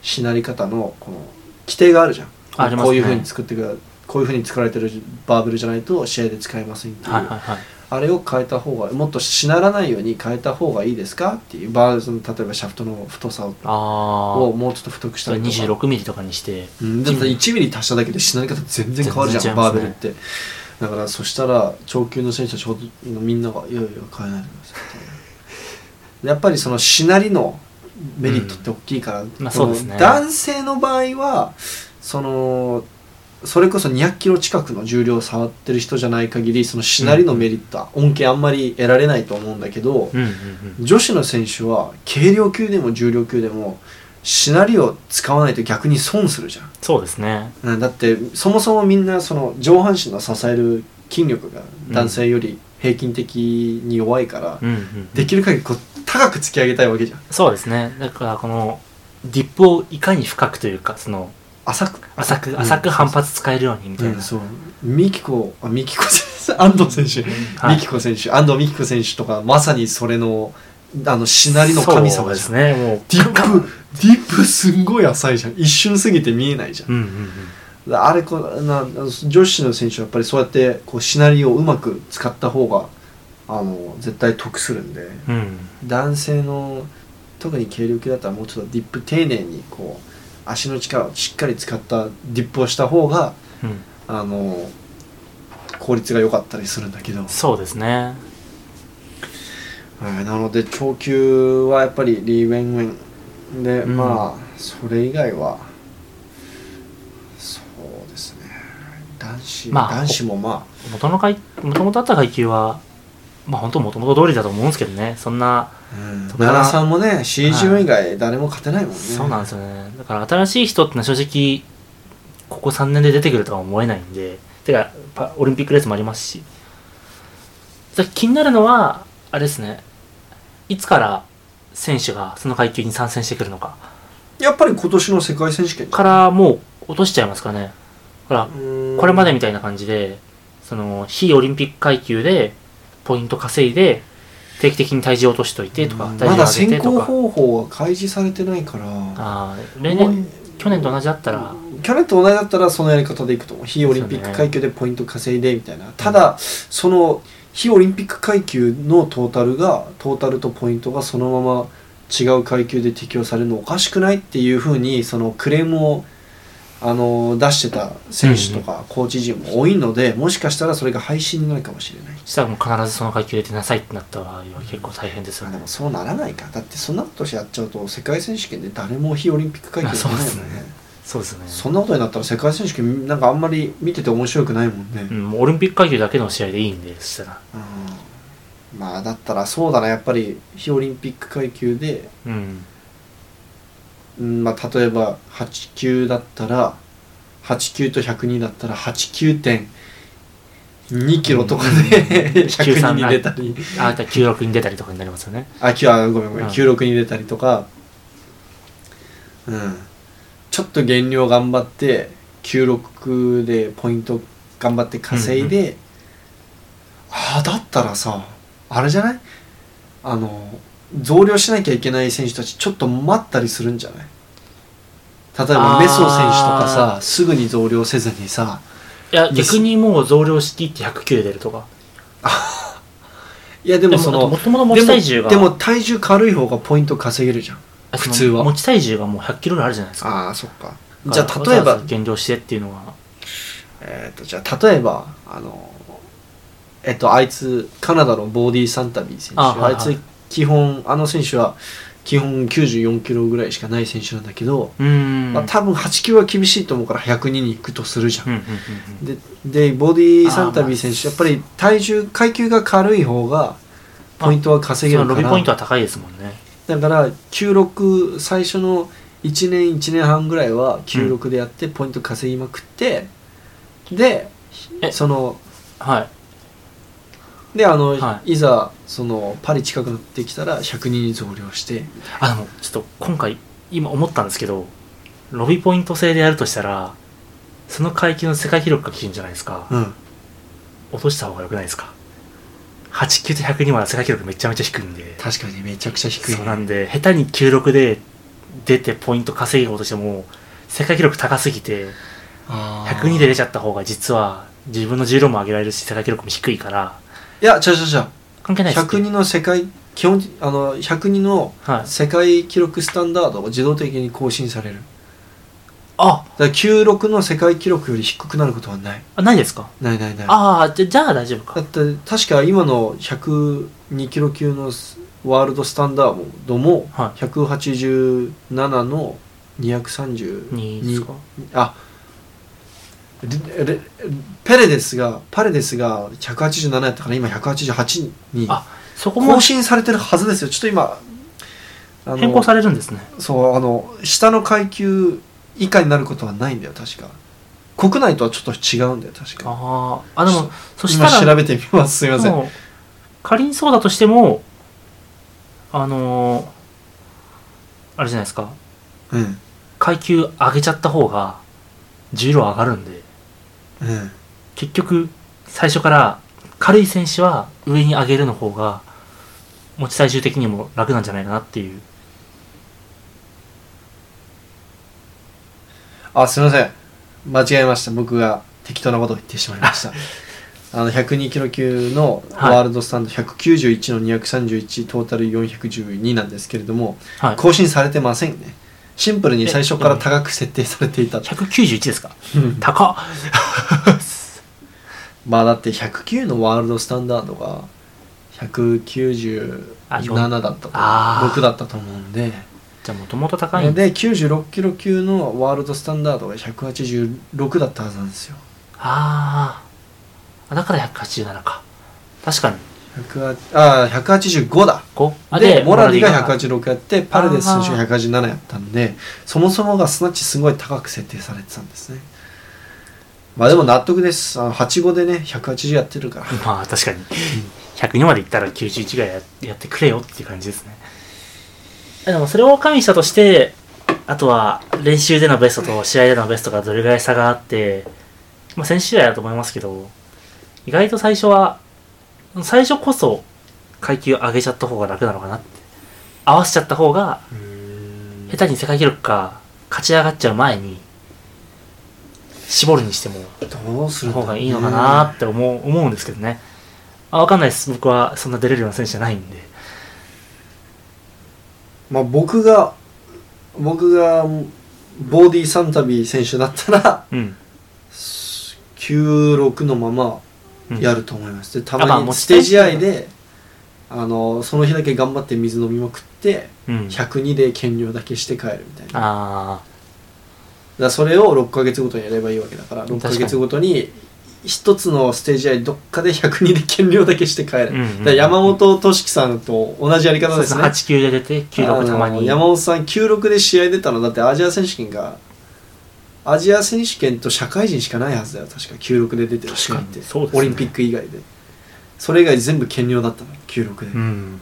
しなり方のこの規定があるじゃん。ありますね、こういう風に作ってくるこういう風に作られてるバーベルじゃないと試合で使えませんっていう、 はいはいはい、 あれを変えた方がもっとしならないように変えた方がいいですかっていうバーその例えばシャフトの太さををもうちょっと太くしたりとかにじゅうろくミリとかにして、 うん、だっていちミリ足しただけでしなり方全然変わるじゃん、ね、バーベルって。だからそしたら長級の選手たちほどみんながいやいや変えないでくださいやっぱりそのしなりのメリットって大きいから、うんまあそうですね、男性の場合はそのそれこそにひゃくキロ近くの重量を触ってる人じゃない限りそのしなりのメリット、うん、恩恵あんまり得られないと思うんだけど、 うんうんうん、 女子の選手は軽量級でも重量級でもしなりを使わないと逆に損するじゃん。 そうですね。 だってそもそもみんなその上半身の支える筋力が男性より平均的に弱いから、うんうんうん、できる限りこう高く突き上げたいわけじゃん。 そうですね。だからこのディップをいかに深くというかその浅く浅く浅く反発使えるようにみたいな、うん、 そうミキコあミキコ選手安藤選手、はい、ミキコ選手安藤ミキコ選手とかまさにそれのあのしなりの神様じゃん。そうですね。もうディップディップすんごい浅いじゃん。一瞬過ぎて見えないじゃん、うんうんうん、あれこな女子の選手はやっぱりそうやってこうしなりをうまく使った方があの絶対得するんで、うん、男性の特に軽量級だったらもうちょっとディップ丁寧にこう足の力をしっかり使ったディップをした方が、うん、あの効率が良かったりするんだけど。 そうですね、 はい、なので長級はやっぱりリー・ウェンウェンで、うん、まあそれ以外はそうですね男子、まあ、男子もまあ元の階元々あった階級はまあ本当元々通りだと思うんですけどね。そんな奈良さんもね シージー 以外誰も勝てないもんね、はい、 そうなんですよね。だから新しい人ってのは正直ここさんねんで出てくるとは思えないんで、てかオリンピックレースもありますし、気になるのはあれですね、いつから選手がその階級に参戦してくるのか。 やっぱり今年の世界選手権からもう落としちゃいますかね。ほらこれまでみたいな感じでその非オリンピック階級でポイント稼いで定期的に体重落としといてとか、体重まだ選考方法は開示されてないから、 あ例年去年と同じだったら去年と同じだったらそのやり方でいくと思う。非オリンピック階級でポイント稼いでみたいな、ね、ただその非オリンピック階級のトータルがトータルとポイントがそのまま違う階級で適用されるのおかしくないっていうふうにそのクレームをあの出してた選手とかコーチ陣も多いので、もしかしたらそれが廃止になるかもしれない。 そしたらもう必ずその階級で出なさいってなった場合は結構大変ですよね。 でもそうならないか。だってそんなことやっちゃうと世界選手権で誰も非オリンピック階級出ないもんね。 そうですね。 そんなことになったら世界選手権なんかあんまり見てて面白くないもんね。 うん、もうオリンピック階級だけの試合でいいんで、そしたら。 うん、まあだったらそうだな、やっぱり非オリンピック階級で、 うんうん、まあ例えばはち級だったらはち級とひゃくにだったらはちきゅうてんにキロとかで、うん、ひゃくにに出たり、 ああ、きゅうじゅうろくに出たりとかになりますよね。 あ、きゅうあごめんごめん、うん、きゅうじゅうろくに出たりとか、うん。ちょっと減量頑張ってきゅうじゅうろくでポイント頑張って稼いで、うんうん、ああだったらさあれじゃない、あの増量しなきゃいけない選手たちちょっと待ったりするんじゃない。例えばメソ選手とかさすぐに増量せずにさ、 いや逆にもう増量しきってひゃくきゅうで出るとかいやでもそのもともと持ち体重がでも、でも体重軽い方がポイント稼げるじゃん普通は。 持ち体重がもうひゃっキロぐらいあるじゃないですか。 ああそっか。じゃあ例えば減量してっていうのはえっ、ー、とじゃあ例えばあのえっ、ー、とあいつカナダのボーディー・サンタビー選手、 あ,、はいはい、あいつ基本あの選手は基本きゅうじゅうよんキロぐらいしかない選手なんだけど、 うん、 まあ、多分はち級は厳しいと思うからひゃくにに行くとするじゃん、 うんうんうん、 で, でボディー・サンタビー選手、まあ、やっぱり体重階級が軽い方がポイントは稼げるから、 ロビーポイントは高いですもんね。 だからきゅうじゅうろく最初のいちねんいちねんはんぐらいはきゅうじゅうろくでやってポイント稼ぎまくって、うん、でそのはいであの、 はい、 いざそのパリ近くなってきたらひゃくにに増量して。 あでもちょっと今回今思ったんですけど、ロビーポイント制でやるとしたらその階級の世界記録が基準じゃないですか、 うん、 落とした方がよくないですか。はち級とひゃくにまで世界記録めちゃめちゃ低いんで。確かにめちゃくちゃ低い、ね、 そうなんで下手にきゅうじゅうろくで出てポイント稼ごうとしても世界記録高すぎてひゃくにで出ちゃった方が実は自分の重量も上げられるし世界記録も低いから。 いや違う違う違う関係ないです。 ひゃくにの世界基本あのひゃくにの世界記録スタンダードが自動的に更新される。 あだからきゅうじゅうろくの世界記録より低くなることはない。 あないですか。 ないないない。 ああじゃじゃあ大丈夫か。 だって確か今のひゃくにキロ級のワールドスタンダードもひゃくはちじゅうななのにひゃくさんじゅうにですか。 あレレペレデスがパレデスがひゃくはちじゅうななやったから今ひゃくはちじゅうはちに更新されてるはずですよ。ちょっと今あの変更されるんですね。 そうあの下の階級以下になることはないんだよ確か。国内とはちょっと違うんだよ確か。 ああでもそしたら今調べてみます。すみません。 仮にそうだとしてもあのー、あれじゃないですか、 うん、 階級上げちゃった方が重量上がるんで、 うん、 結局最初から軽い選手は上に上げるの方が持ち体重的にも楽なんじゃないかなっていう。 あすみません間違えました。僕が適当なことを言ってしまいましたあのひゃくにキロ級のワールドスタンド、はい、ひゃくきゅうじゅういちのにひゃくさんじゅういちトータルよんひゃくじゅうになんですけれども、はい、更新されてませんね。シンプルに最初から高く設定されていた。 ひゃくきゅうじゅういちですか高っまあだってひゃくきゅうのワールドスタンダードがひゃくきゅうじゅうななだったとろくだったと思うんで、 じゃあもともと高いんできゅうじゅうろっキロ級のワールドスタンダードがひゃくはちじゅうろくだったはずなんですよ。 ああだからひゃくはちじゅうななか。確かにあひゃくはちじゅうごだ。で, でモラディがひゃくはちじゅうろくやってパレデス選手がひゃくはちじゅうななやったんで、そもそもがすなわちすごい高く設定されてたんですね。まあでも納得です。あのはちじゅうごでねひゃくはちじゅうやってるから。 まあ確かにひゃくにまでいったらきゅうじゅういちが や, やってくれよっていう感じですね。でもそれを加味したとして、あとは練習でのベストと試合でのベストがどれぐらい差があって、まあ、選手試合だと思いますけど、意外と最初は最初こそ階級上げちゃった方が楽なのかなって。合わせちゃった方が下手に世界記録か勝ち上がっちゃう前に絞るにしてもどうする方がいいのかなって思う思うんですけどね。 あ、わかんないです。僕はそんな出れるような選手じゃないんで。 まあ僕が僕がボーディーサンタビー選手だったら、うん、きゅうろくのままやると思います。でたまにステージ合いであのその日だけ頑張って水飲みまくって、うん、ひゃくにで減量だけして帰るみたいな。あだからそれをろっかげつごとにやればいいわけだから、ろっかげつごとに一つのステージ合いどっかでひゃくにで減量だけして帰る、うんうんうん、だから山本俊樹さんと同じやり方ですね。 はちきゅうで出てきゅうろくたまに。 山本さんきゅうろくで試合出たのだってアジア選手権がアジア選手権と社会人しかないはずだよ確か。きゅうろくで出てる試合って、ね、オリンピック以外でそれ以外全部減量だったのきゅうろくで、うん、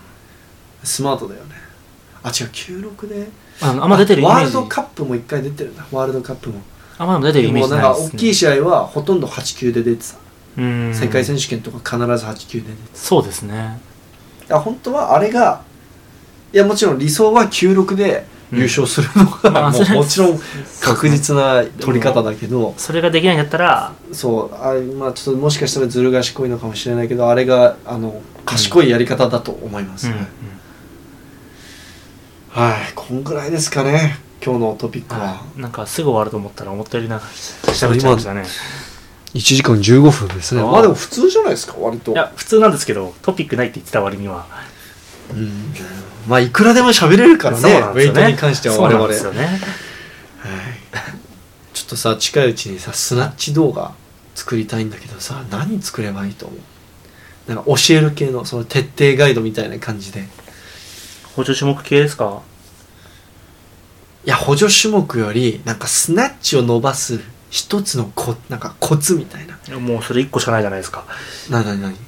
スマートだよね。あ違うきゅうろくで あ, あんま出てるイメージ。ワールドカップも一回出てるんだ。ワールドカップもあんま出てるイメージないですね。 でもなんか大きい試合はほとんどはちきゅうで出てた。うん世界選手権とか必ずはちきゅうで出てた。 そうですね。 いや本当はあれがいやもちろん理想はきゅうろくで優勝するのが、うんまあ、も, もちろん確実な取り方だけど、 それができないんだったらそうあ、まあ、ちょっともしかしたらずる賢いのかもしれないけどあれがあの賢いやり方だと思います、ねうんうんうん、はいこんぐらいですかね今日のトピックは、はい、なんかすぐ終わると思ったら思ったよりなんか喋っちゃいましたね。 いちじかんじゅうごふんですね。あまあでも普通じゃないですか割と。 いや普通なんですけどトピックないって言ってた割にはうんまあいくらでも喋れるからね。ウェイトに関しては我々。そうなんですよね。はい。ちょっとさ近いうちにさスナッチ動画作りたいんだけどさ何作ればいいと思う。なんか教える系のその徹底ガイドみたいな感じで。 補助種目系ですか。 いや補助種目よりなんかスナッチを伸ばす一つのこなんかコツみたいな。 いやもうそれ一個しかないじゃないですか。 なになになに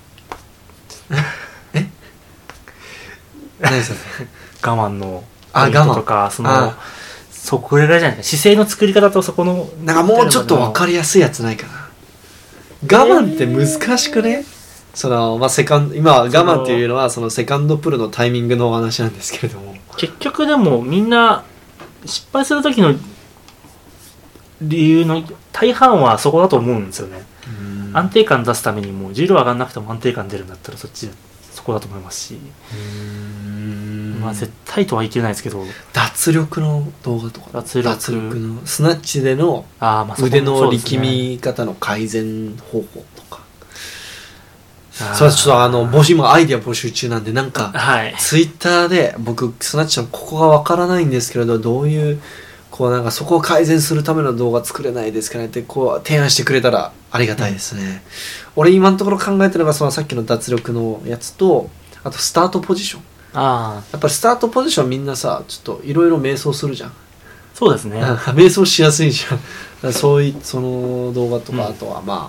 え何それ我慢のポイントとかそのそこれぐらいじゃないですか。姿勢の作り方とそこのなんかもうちょっと分かりやすいやつないかな。我慢って難しくね。そのまあセカンド今我慢っていうのはそのセカンドプルのタイミングのお話なんですけれども結局でもみんな失敗する時の理由の大半はそこだと思うんですよね。安定感出すためにも重量上がんなくても安定感出るんだったらそっちそこだと思いますし、うーんまあ絶対とは言い切れないですけど脱力の動画とか脱力、 脱力のスナッチでの腕の力み方の改善方法とか、それはちょっとあの募集もアイディア募集中なんでなんか、はい、ツイッターで僕スナッチのここがわからないんですけれどどういうこうなんかそこを改善するための動画作れないですかねってこう提案してくれたらありがたいですね、うん、俺今のところ考えてるのがそのさっきの脱力のやつとあとスタートポジション。あやっぱりスタートポジションみんなさちょっといろいろ迷走するじゃん。 そうですね迷走しやすいじゃんそういうその動画とか、うん、あとはま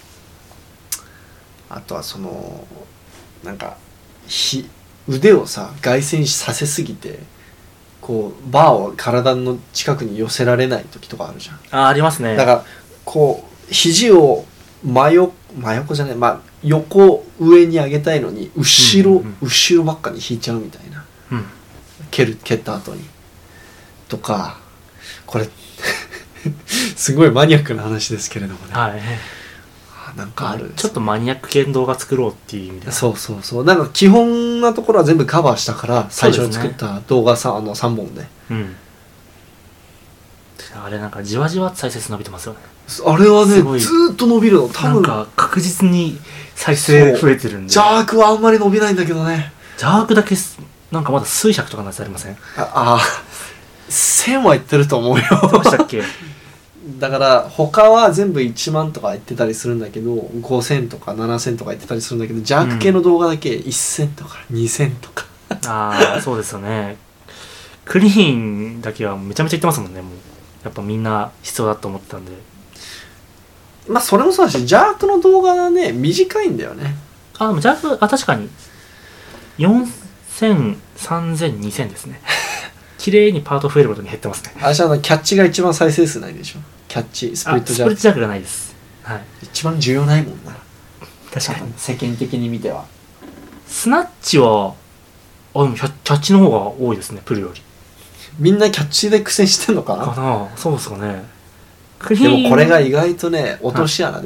ああとはそのなんかひ腕をさ外旋させすぎてこうバーを体の近くに寄せられない時とかあるじゃん。 あありますね。 だからこう肘を真横真横じゃないまあ横上に上げたいのに後ろ、うんうん、後ろばっかに引いちゃうみたいな、うん、蹴る蹴った後にとかこれすごいマニアックな話ですけれどもね。はい。なんかある、 ちょっとマニアック系の動画作ろうっていう意味でそうそうそうなんか基本なところは全部カバーしたから最初に作った動画さ、ね、あのさんぼんで、うん、 あれなんかじわじわ再生数伸びてますよね。 あれはねずーっと伸びるの多分なんか確実に再生増えてるんで。 ジャークはあんまり伸びないんだけどね。 ジャークだけなんかまだ数百とかのやつありません？ ああせんはいってると思うよ。 どうしたっけだから他は全部いちまんとか言ってたりするんだけどごせんとかななせんとか言ってたりするんだけどジャーク系の動画だけせんとかにせんとか、 うん、ああそうですよね。クリーンだけはめちゃめちゃ言ってますもんね。もうやっぱみんな必要だと思ってたんで。 まあそれもそうだしジャークの動画はね短いんだよね。 あでもジャークあ確かによんせん、さんぜん、にせんですね。綺麗にパート増えることに減ってますね。 あじゃあキャッチが一番再生数ないでしょ。キャッチスプリットジャーク。 スプリットジャークがないです。はい。 一番重要ないもんな。 確かに世間的に見ては。 スナッチはあでもキャッチの方が多いですねプルより。 みんなキャッチで苦戦してんのかな。 かなそうですかね。 でもこれが意外とね落とし穴で、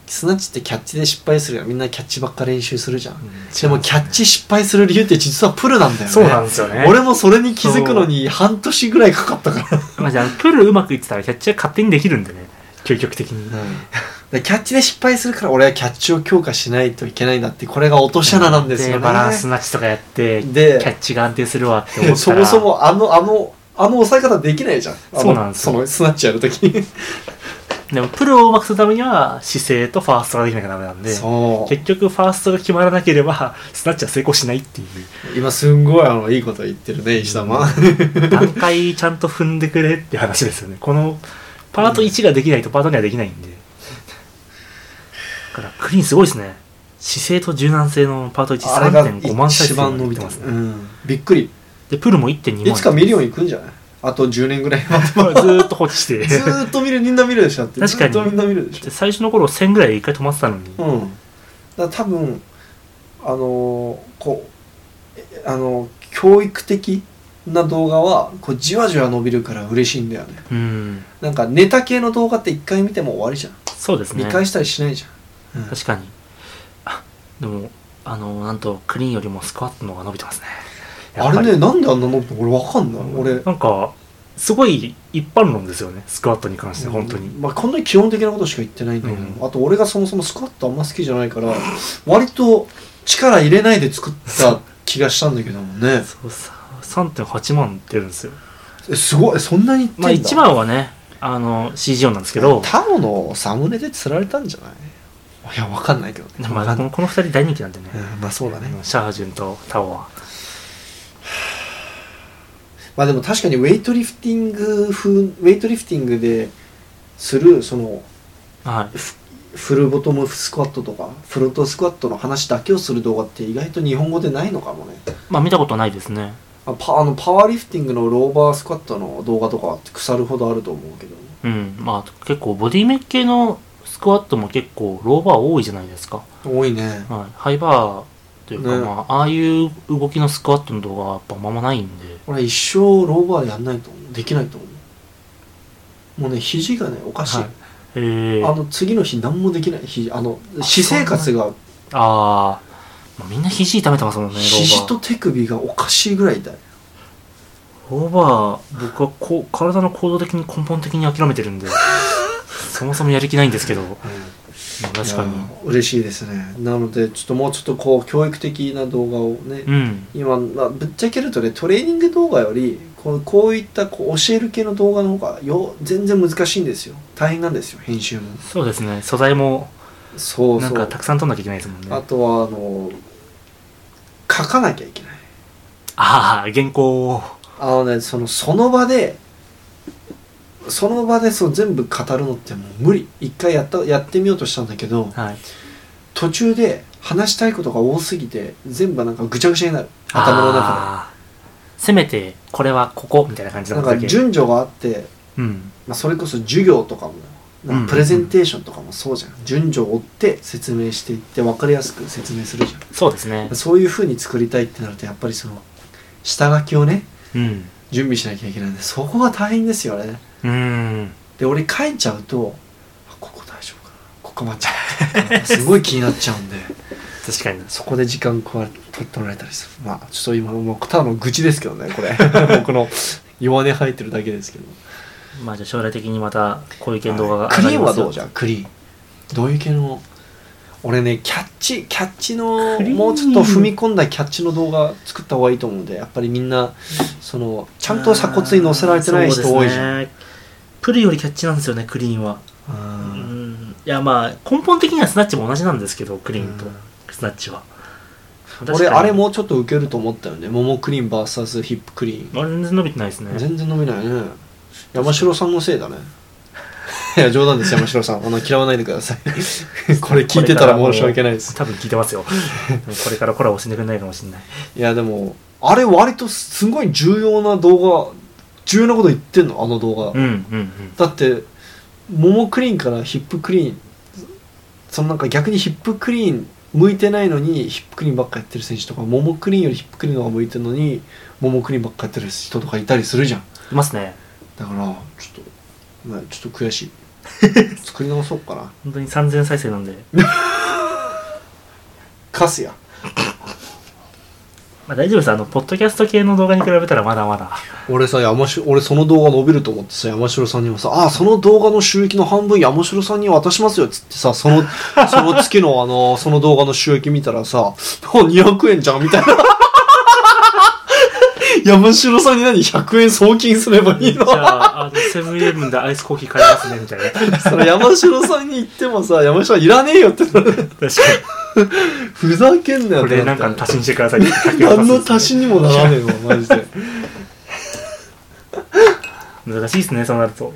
スナッチってキャッチで失敗するからみんなキャッチばっか練習するじゃん、うん、でもキャッチ失敗する理由って実はプルなんだよね。 そうなんですよね。 俺もそれに気づくのに半年ぐらいかかったからまあじゃあプルうまくいってたらキャッチは勝手にできるんでね、究極的に、うん、 でキャッチで失敗するから俺はキャッチを強化しないといけないんだって、これが落とし穴なんですよね。 でバランスナッチとかやってでキャッチが安定するわって思ったらそもそもあのあのあの押さえ方できないじゃん。 そうなんですよ。 そのスナッチやるときにでもプルをうまくするためには姿勢とファーストができなきゃダメなんで、 そう結局ファーストが決まらなければスナッチは成功しないっていう。 今すんごいあのいいこと言ってるね石田マン段階ちゃんと踏んでくれって話ですよね。このパートいちができないとパートにはできないんで、だからクリーンすごいですね。姿勢と柔軟性のパートいち さんてんごまん再生伸びてますね、うん、 びっくり。 でプルも いってんにまん、 いつかミリオンいくんじゃない、あとじゅうねんぐらいずーっと放置してずーっと見る、みんな見るでしょって。 確かにずっとみんな見るでしょ。 最初の頃せんぐらいでいっかい止まってたのに、 うん、だから多分あのー、こうあのー、教育的な動画はこうじわじわ伸びるから嬉しいんだよね。 うん、 なんかネタ系の動画っていっかい見ても終わりじゃん。 そうですね、 見返したりしないじゃん、うん、 確かに。あでもあのー、なんとクリーンよりもスクワットの方が伸びてますね。 あれね、なんであんな伸びて俺わかんない、うん、俺なんかすごい一般論ですよね、スクワットに関して、うん、本当に。 まあこんなに基本的なことしか言ってないんだけど、うん、あと俺がそもそもスクワットあんま好きじゃないから割と力入れないで作った気がしたんだけどもね。 そうさ さんてんはちまん出るんですよ。 えすごい、そんなにいってんだ。 まあいちまんはねあの シージー 音なんですけど、 タオのサムネで釣られたんじゃない。いやわかんないけどね。 まあ、このこのふたり大人気なんでね、 うん、まあそうだね、 シャージュンとタオは。 まあでも確かにウェイトリフティング風ウェイトリフティングでするその、 はい、 フルボトムスクワットとかフロントスクワットの話だけをする動画って意外と日本語でないのかもね。 まあ見たことないですね。 あパあのパワーリフティングのローバースクワットの動画とかって腐るほどあると思うけど、 うん、まあ結構ボディメイク系のスクワットも結構ローバー多いじゃないですか。 多いね、 はい、ハイバーというか、ね、まあああいう動きのスクワットの動画はやっぱままないんで、 俺一生ローバーでやんないと思う、できないと思う。もうね肘がねおかしい、はい、へあの次の日何もできない。肘あの私生活がああ、まあ、みんな肘痛めてますもんね。 肘と手首がおかしいぐらい痛い。 ローバー僕はこう体の構造的に根本的に諦めてるんでそもそもやる気ないんですけど、うん、確かに嬉しいですね。なのでちょっともうちょっとこう教育的な動画をね、うん、今、まあ、ぶっちゃけるとねトレーニング動画よりこう、こういったこう教える系の動画の方がよ全然難しいんですよ。大変なんですよ編集も。 そうですね、素材もそうそうなんかたくさん撮んなきゃいけないですもんね。 あとはあの書かなきゃいけない。 ああ原稿をあのねそのその場でその場でそう全部語るのってもう無理。一回やったやってみようとしたんだけど、はい、途中で話したいことが多すぎて全部なんかぐちゃぐちゃになる頭の中で。 せめてこれはここみたいな感じなんか順序があって、うんまあ、それこそ授業とかもなんかプレゼンテーションとかもそうじゃん、うんうんうん、順序を追って説明していって分かりやすく説明するじゃん。 そうですね。 そういう風に作りたいってなるとやっぱりその下書きをね、うん、準備しなきゃいけないんでそこが大変ですよね。うんで俺書いちゃうとここ大丈夫かなここ待っちゃうすごい気になっちゃうんで確かにそこで時間こう取られたりする。まあちょっと今もうただの愚痴ですけどねこれ僕の弱音吐いてるだけですけど。 まあじゃあ将来的にまたこういう系の動画がクリーンはどうじゃん。クリーンどういう系の。俺ねキャッチキャッチのもうちょっと踏み込んだキャッチの動画作った方がいいと思うんでやっぱりみんなそのちゃんと鎖骨に乗せられてない人多いじゃん、ね、 プルよりキャッチなんですよねクリーンは。うんいやまあ根本的にはスナッチも同じなんですけどクリーンとスナッチは。 俺あれもうちょっとウケると思ったよね。ももクリーン ブイエス ヒップクリーン。 あれ全然伸びてないですね。 全然伸びないね。山城さんのせいだねいや冗談です山城さんあの嫌わないでくださいこれ聞いてたら申し訳ないです。 多分聞いてますよこれからコラボしてくれないかもしれない。 いやでもあれ割とすごい重要な動画重要なこと言ってんのあの動画、うんうんうん、だってももクリーンからヒップクリーンそのなんか逆にヒップクリーン向いてないのにヒップクリーンばっかやってる選手とかももクリーンよりヒップクリーンの方が向いてるのにももクリーンばっかやってる人とかいたりするじゃん。 いますね。 だからちょっと、まあ、ちょっと悔しい作り直そうかな。 本当にさんぜんさいせいなんでカスや。 まあ大丈夫です。あのポッドキャスト系の動画に比べたらまだまだ。 俺さ、山城俺その動画伸びると思ってさ、山城さんにもさ、ああその動画の収益の半分山城さんに渡しますよっつってさ、そのその月のあのその動画の収益見たらさ、にひゃくえんじゃんみたいな。山城さんに何ひゃくえん送金すればいいの？ じゃあ、あのセブンイレブンでアイスコーヒー買いますねみたいな。 その山城さんに言ってもさ、山城さんいらねえよって確かにふざけんなよって。 これなんか足しにしてください。 何の足しにもならねえのマジで。 難しいですね、そうなると。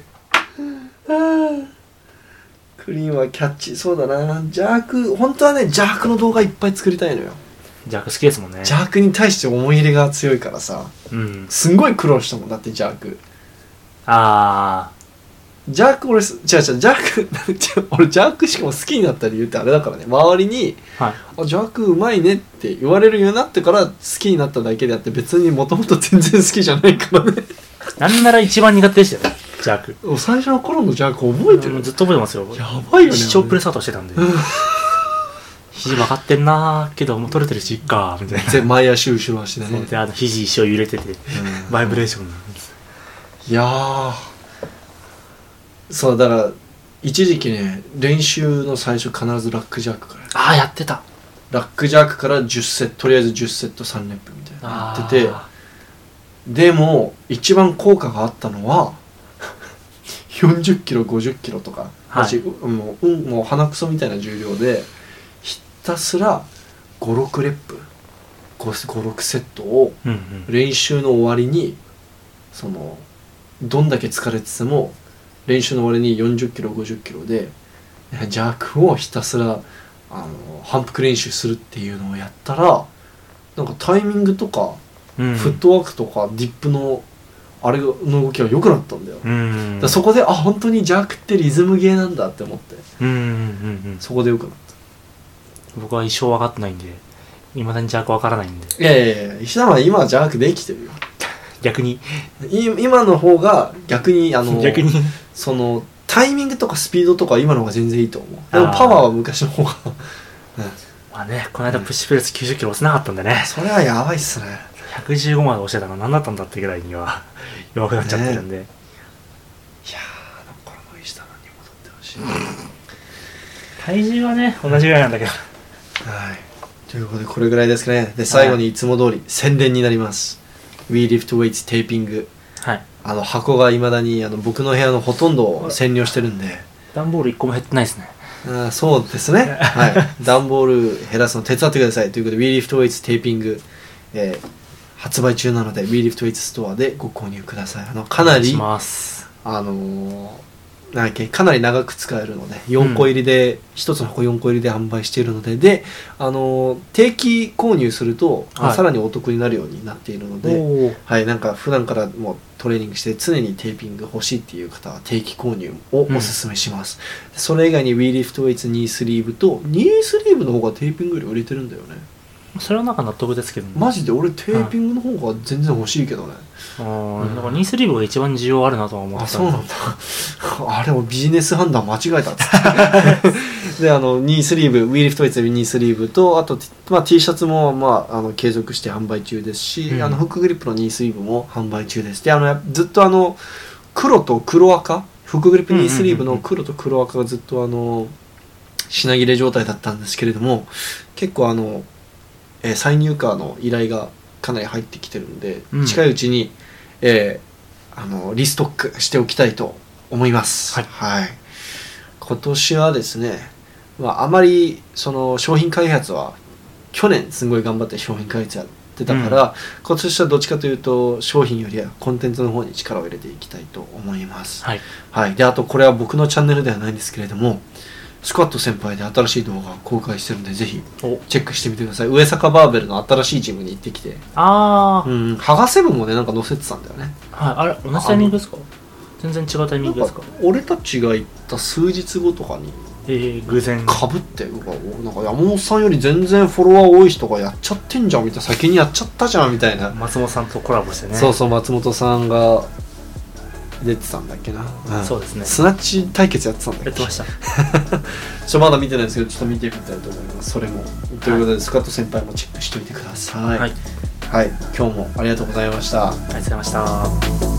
クリーンはキャッチーそうだな。ジャーク、本当はね、ジャークの動画いっぱい作りたいのよ。 ジャーク好きですもんね。 ジャークに対して思い入れが強いからさ、 うん、 すんごい苦労したもんだってジャーク。 あージャーク俺違う違うジャーク俺ジャークしかも好きになった理由ってあれだからね、周りに、はい、あジャークうまいねって言われるようになってから好きになっただけであって、別にもともと全然好きじゃないからね。 なんなら一番苦手でしたよね、ジャーク。 最初の頃のジャーク覚えてる？ ずっと覚えてますよ。 やばいよね。 一生プレスアウトしてたんで。肘曲がってんなーけどもう取れてるしいっかーみたいな。 で前足後ろ足でね。 そうであの肘一生揺れてて、うん、バイブレーションなんです。 いやーそうだから一時期ね、練習の最初必ずラックジャークからああやってた。 ラックジャークからじゅっセット、とりあえずじゅっセットさんレップみたいなやってて、でも一番効果があったのはよんじゅっキロごじゅっキロとか、はい、もう、うん、もう鼻くそみたいな重量でひたすらごろくレップごろくセットを練習の終わりに、そのどんだけ疲れてても練習の終わりによんじゅっキロごじゅっキロでジャークをひたすらあの反復練習するっていうのをやったら、なんかタイミングとか、うん、フットワークとかディップのあれの動きが良くなったんだよ。うん、だそこであ本当にジャークってリズムゲーなんだって思って、うんうんうんうん、そこで良くなった。 僕は一生分かってないんで、未だにジャーク分からないんで。 いやいやいや、石田は今はジャークできてるよ。 逆に今の方が逆にあの逆にそのタイミングとかスピードとか今の方が全然いいと思う。でもパワーは昔の方が、うん、 まあね、この間プッシュプレスきゅうじゅっキロ押せなかったんでね、 それはやばいっすね。 ひゃくじゅうごまで押してたの何だったんだってぐらいには弱くなっちゃってるんで、ね、 いやーなんかもう石田に戻ってほしい。 体重はね同じぐらいなんだけど、はいということでこれぐらいですかね。で最後にいつも通り宣伝になります。We Lift Weights テーピング、はい、あの箱がいまだにあの僕の部屋のほとんどを占領してるんで、 段ボールいっこも減ってないですね。 あそうですね、はい、段ボール減らすの手伝ってくださいということで We Lift Weights テーピング、えー、発売中なので We Lift Weights ストアでご購入ください。あのかなりあのーなんだっけかなり長く使えるのでよんこ入りで、うん、ひとつの箱よんこ入りで販売しているので、であの定期購入すると、はい、さらにお得になるようになっているので、はい、なんか普段からもうトレーニングして常にテーピング欲しいっていう方は定期購入をおすすめします、うん、それ以外に We Lift Weights ニースリーブとニースリーブの方がテーピングより売れてるんだよね。 それはなんか納得ですけどね。 マジで俺テーピングの方が全然欲しいけどね。 ああ、うん、だからニースリーブが一番需要あるなとは思ってた。 あ、そうなんだ。あれもビジネス判断間違えたっつってであのニースリーブ We Lift Weights ニースリーブとあと、まあ、T シャツも、まあ、あの継続して販売中ですし、うん、あのフックグリップのニースリーブも販売中です。であのずっとあの黒と黒赤フックグリップニースリーブの黒と黒赤がずっとあの品切れ状態だったんですけれども、結構あのえー、再入荷の依頼がかなり入ってきてるんで、うん、近いうちに、えー、あのリストックしておきたいと思います、はいはい、今年はですね、まあ、あまりその商品開発は去年すごい頑張って商品開発やってたから、うん、今年はどっちかというと商品よりはコンテンツの方に力を入れていきたいと思います、はいはい、であとこれは僕のチャンネルではないんですけれども、スクワット先輩で新しい動画を公開してるんでぜひチェックしてみてください。上坂バーベルの新しいジムに行ってきて、 ああ、 うん、ハガセブンもねなんか載せてたんだよね。 はい、あれ同じタイミングですか？全然違うタイミングですか？ 俺たちが行った数日後とかにえー、偶然かぶって、うわなんか山本さんより全然フォロワー多い人がやっちゃってんじゃんみたいな、先にやっちゃったじゃんみたいな。 松本さんとコラボしてね。 そうそう、松本さんが出てたんだっけな、うん、 そうですね。 スナッチ対決やってたんだっけ。 やってましたちょまだ見てないんですけどちょっと見てみたいと思います。それもということで、はい、スカット先輩もチェックしておいてください。はい、はい、今日もありがとうございました。 ありがとうございました。